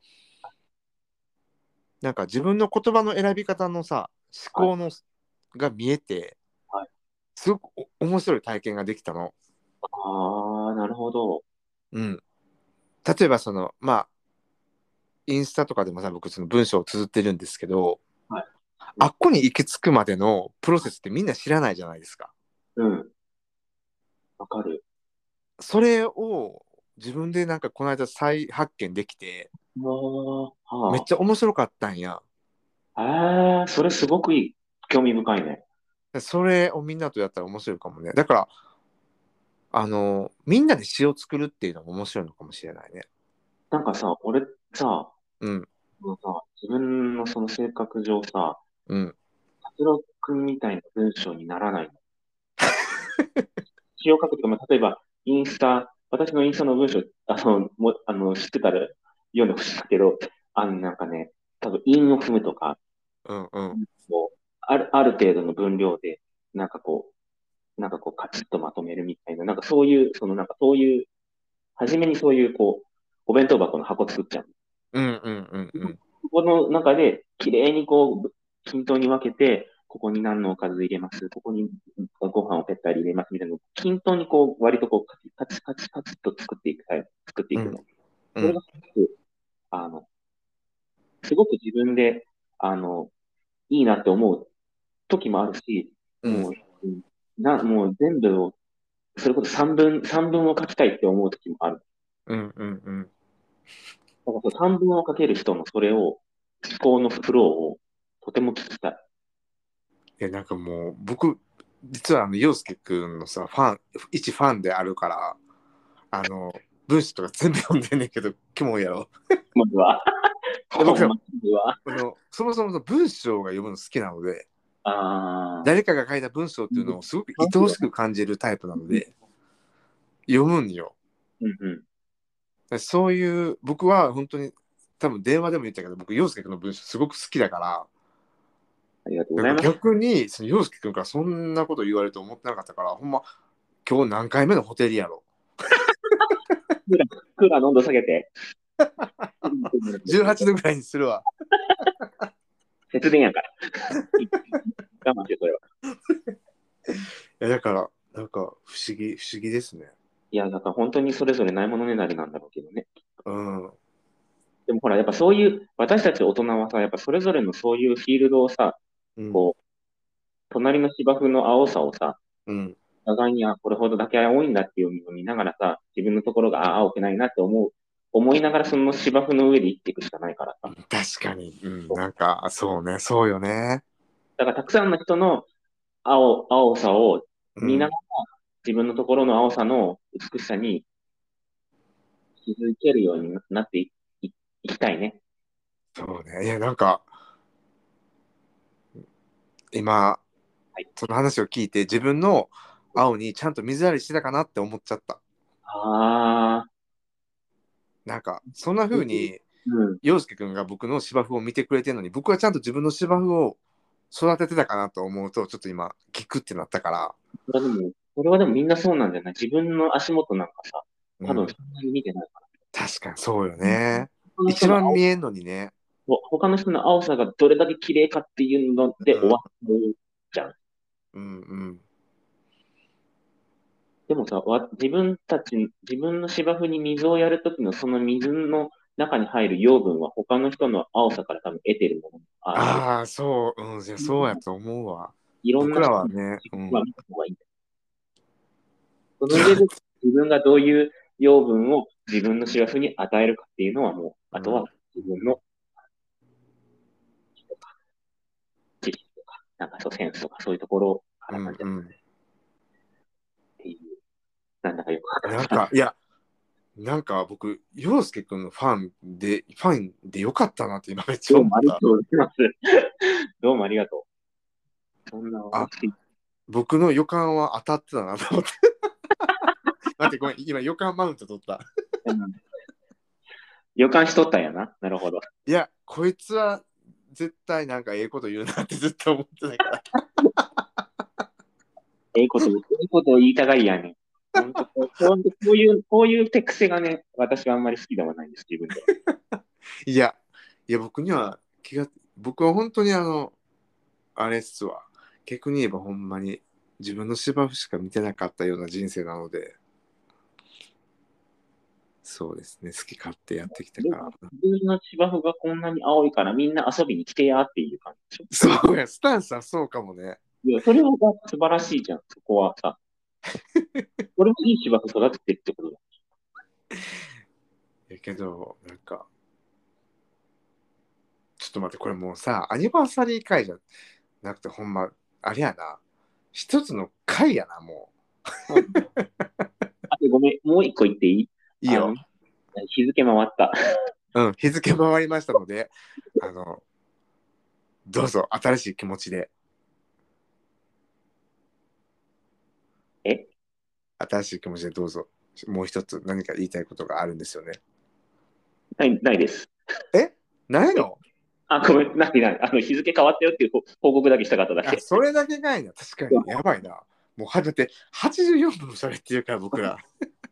なんか自分の言葉の選び方のさ、思はい。 考のが見えて、 はい。 すごく面白い体験ができたの。 ああ、なるほど。 うん。例えばその、まあ、インスタとかでもさ、僕その文章を綴ってるんですけど、 はい。うん。 あっこに行き着くまでのプロセスってみんな知らないじゃないですか。 うん。わかる。 それを自分でなんかこの間再発見できて、めっちゃ面白かったんや。 それすごくいい。興味深いね。 それをみんなとやったら面白いかもね。だからみんなで詩を作るっていうのも面白いのかもしれないね。 なんかさ、俺さ、 うん。 自分のその性格上さ、 うん。 達郎くんみたいな文章にならないの。詩を書くとか、例えば、私のインスタの文章、知ってたら読んでほしいんだけど、なんかね、多分韻を踏むとか、 うんうん。 こう、ある程度の分量で、なんかこカチッとまとめるみたいな、なんかそういう、初めにそういう、お弁当箱の箱作っちゃう。 うんうんうんうん。 ここの中で、綺麗に均等に分けて、ここに何のおかず入れます、ここにご飯をペッタリ入れますみたいなのを均等に割とカチカチカチっと作っていくの。それがあの、すごく自分で、あの、いいなって思う時もあるし、 うん。 もう全部を、それこそ三文を書きたいって思う時もある。 うんうんうん。 だから三文を書ける人のそれを、思考のフローをとても聞きたい。 なんかもう僕実は陽介くんのさ一ファンであるから、文章とか全部読んでんねんけど、キモいやろ。 まずは。 僕はまずは。 そもそも文章が読むの好きなので、 あ誰かが書いた文章っていうのをすごく愛おしく感じるタイプなので読むんよ。 うんうんそういう僕は本当に多分電話でも言ったけど、僕陽介くんの文章すごく好きだから、 ありがとうごなんかざいます。 逆にその陽介くんからそんなこと言われると思ってなかったから、ほんま今日何回目のホテルやろ。 クーラーの温度下げて。 18度ぐらいにするわ。 節電やから。我慢して、それは。 だからなんか不思議ですね。 いや、だから本当にそれぞれないものねだりなんだろうけどね。 うん。 でもほら、やっぱそういう、私たち大人はさ、やっぱそれぞれのそういうフィールドをさ、 うん。 こう、隣の芝生の青さをさ、 うん。 お互いに、これほどだけ青いんだっていうのを見ながらさ、自分のところが、青くないなって思いながらその芝生の上で生きていくしかないからさ。 確かに。うん。なんかそうね、そうよね。 だからたくさんの人の青さをうん。 見ながら、自分のところの青さの美しさに気づけるようになっていきたいね。 そうね。なんか今はい。 その話を聞いて自分の青にちゃんと水やりしてたかなって思っちゃった。 ああ、 なんかそんな風にうん。 陽介くんが僕の芝生を見てくれてるのに、僕はちゃんと自分の芝生を育ててたかなと思うと、ちょっと今ギクってなったから。 それはでもみんなそうなんじゃない？自分の足元なんかさ、多分うん。 そんなに見てないから。 確かにそうようん。 ね。 他の人の青一番見えんのにね。 他の人の青さがどれだけ綺麗かっていうのでうん終わるじゃん。 うんうん。 でもさ、自分の芝生に水をやるときのその水の中に入る養分は他の人の青さから多分得てるものがある。 ああ、そう、うん、いやそうやと思うわ。 いろんな人の僕らはね、うん。 は見た方がいいんだよ。その上で自分がどういう養分を自分の芝生に与えるかっていうのはもう、あとはうん自分の知識とか、なんかそうセンスとかそういうところかうらなんじゃないんうん。 っていう、なんだかよくわからない。 なんか、なんか僕、陽介くんのファンでよかったなって今めっちゃどうもありが思った。 とうございます。どうもありがとう。そんなあ、 嬉しい。 僕の予感は当たってたなと思って。待って、ごめん、今予感マウント取った。 予感しとったんやな。なるほど。 こいつは絶対なんかええこと言うなってずっと思ってないから。 ええことを言いたがりやねん。本当こういう手癖がね、私はあんまり好きではないんです、自分では。 いや、僕には僕は本当にあれっすわ。逆に言えばほんまに自分の芝生しか見てなかったような人生なので、そうですね、好き勝手やってきたでも、 から。 自分の芝生がこんなに青いからみんな遊びに来てやっていう感じでしょ。 そうや、スタンスはそうかもね。 いや、それは素晴らしいじゃん、そこはさ。 俺もいい芝生育ててるってことだ。 やけど、なんか、ちょっと待って、これもうさ、アニバーサリー会じゃなくて、ほんま、あれやな、一つの会やな、もあとごめん、もう一個言っていい？ う。いいよ。 日付回った。 うん、日付回りましたので、どうぞ、新しい気持ちで。新しい気持ちでどうぞ。もう一つ何か言いたいことがあるんですよね。 ないです。 ないの？ ごめん、ない。日付変わったよっていう報告だけしたかっただけ。 それだけかいな。確かに、やばいな。もう、だって84分も喋ってるから、僕ら。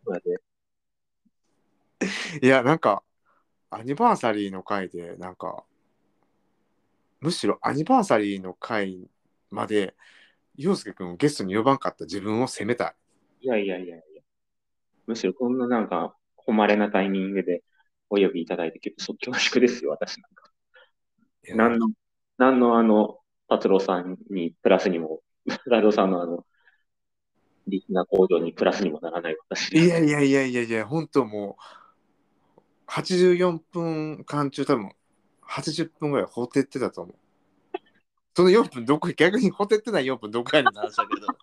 いや、なんか、アニバーサリーの回で、なんか、むしろアニバーサリーの回まで、陽介くんをゲストに呼ばんかった自分を責めたい。 いや。むしろこんななんか、誉れなタイミングでお呼びいただいて、結構恐縮ですよ、私なんか。何の達郎さんにプラスにも、達郎さんのリスナー向上にプラスにもならない私です。 いや、本当もう、84分間中多分、80分ぐらいほてってたと思う。その4分どこ、逆にほてってない4分どこやねんって話だけど。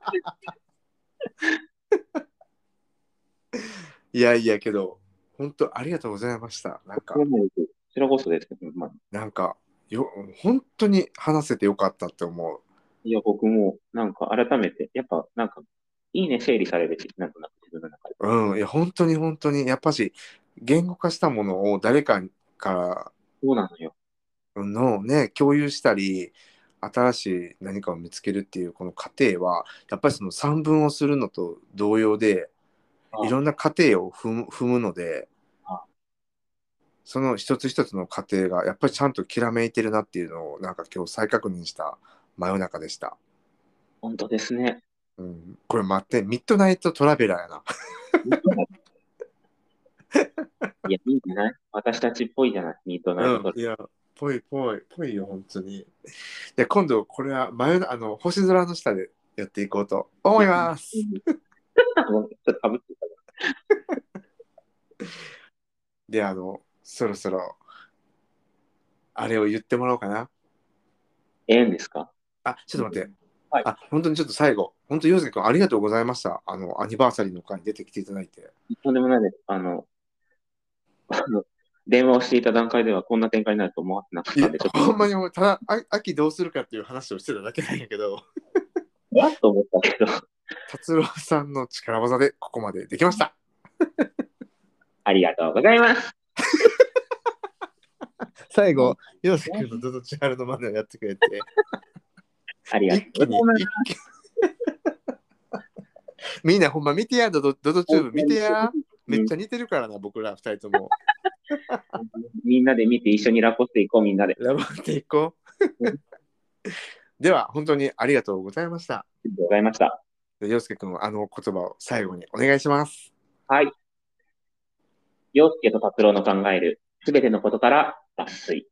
いやけど、本当ありがとうございました。なんか、 こちらこそですね、 なんか、本当に話せてよかったって思う。 いや、僕も、なんか改めて、やっぱ、なんか、いいね、整理されるし、なんとなく自分の中で。 うん、いや、本当に、やっぱし、言語化したものを誰かかそうなのよ。 らのね、共有したり、新しい何かを見つけるっていうこの過程は、やっぱりその散文をするのと同様で、いろんな過程を踏むので、その一つ一つの過程がやっぱりちゃんときらめいてるなっていうのをなんか今日再確認した真夜中でした。 本当ですね。 うん、これ待って、ミッドナイトトラベラーやな。 いや、いいんじゃない？私たちっぽいじゃない、ミッドナイトトラベラー。 いや、ぽいよ、本当に。で、今度これは真夜中、星空の下でやっていこうと思います。 ちょっとかぶってた。 で、そろそろ、あれを言ってもらおうかな。 ええんですか？ ちょっと待って。 はい。 本当にちょっと最後、本当、洋介君ありがとうございました。アニバーサリーの会に出てきていただいて。 とんでもないです。電話をしていた段階ではこんな展開になると思わなかったんで、ちょっと。 ほんまにもう、ただ、秋どうするかっていう話をしてただけなんやけど、 わっと思ったけど。 達郎さんの力技でここまでできました。 ありがとうございます。 最後、洋介君のドドチハルのまでをやってくれて、 ありがとうございます。 みんなほんま見てや、ドドチューブ見てや。めっちゃ似てるからな、僕ら二人とも。 みんなで見て一緒にラボっていこう、みんなで。 ラボっていこう。では、本当にありがとうございました。 ありがとうございました。 洋介君、言葉を最後にお願いします。 はい。洋介と達郎の考えるすべてのことから抜粋。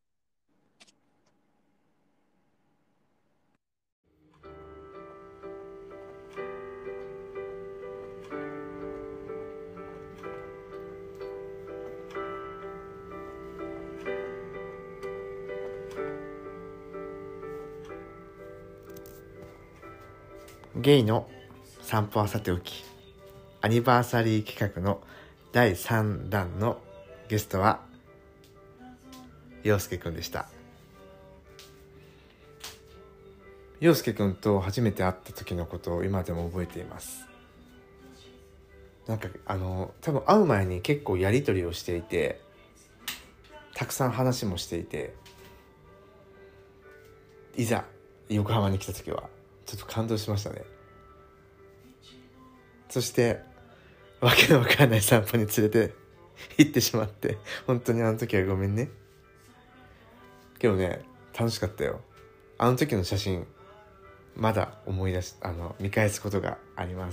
ゲイの散歩はさておき、アニバーサリー企画の第3弾のゲストは陽介くんでした。陽介くんと初めて会った時のことを今でも覚えています。なんか多分会う前に結構やり取りをしていて、たくさん話もしていて、いざ横浜に来た時はちょっと感動しましたね。そしてわけのわからない散歩に連れて行ってしまって、本当にあの時はごめんね。けどね、楽しかったよ。あの時の写真まだ思い出し見返すことがあります。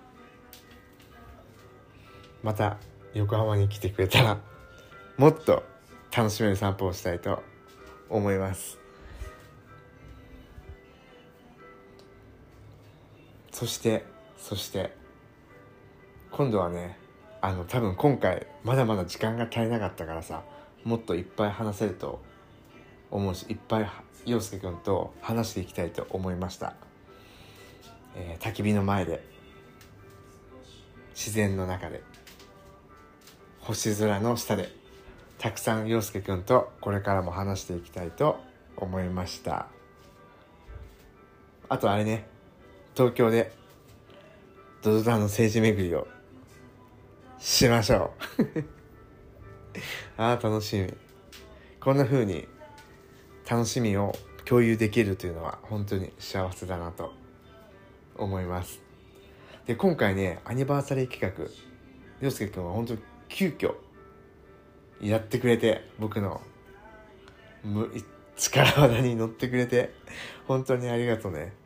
また横浜に来てくれたらもっと楽しめる散歩をしたいと思います。そしてそして今度はね、多分今回まだまだ時間が足りなかったからさ、もっといっぱい話せると思うし、いっぱい陽介くんと話していきたいと思いました。焚き火の前で、自然の中で、星空の下で、たくさん陽介くんとこれからも話していきたいと思いました。あとあれね、東京でドドタンの政治巡りをしましょう楽しみ。こんな風に楽しみを共有できるというのは本当に幸せだなと思います。で、今回ね、アニバーサリー企画、陽介くんは本当に急遽やってくれて、僕の力技に乗ってくれて本当にありがとうね。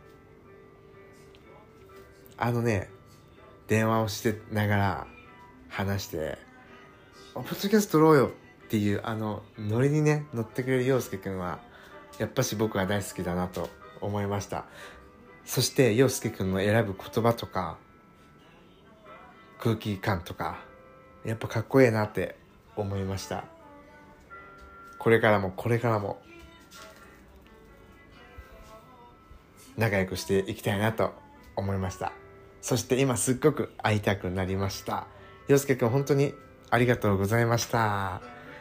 電話をしてながら話してポッドキャスト撮ろうよっていうノリにね乗ってくれる陽介くんはやっぱし僕は大好きだなと思いました。そして陽介くんの選ぶ言葉とか空気感とかやっぱかっこいいなって思いました。これからも仲良くしていきたいなと思いました。そして今すっごく会いたくなりました。陽介くん本当にありがとうございました。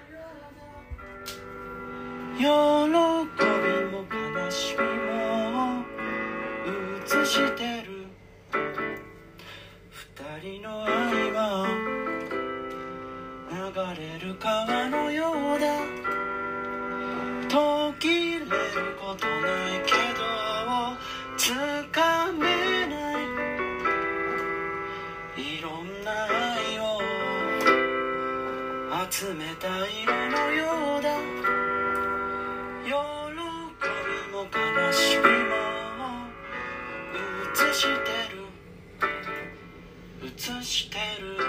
喜びも悲しみも映してる二人の愛は流れる川のようだ。途切れることないけどつかめないいろんな愛を集めた色のようだ。喜びも悲しみも映してる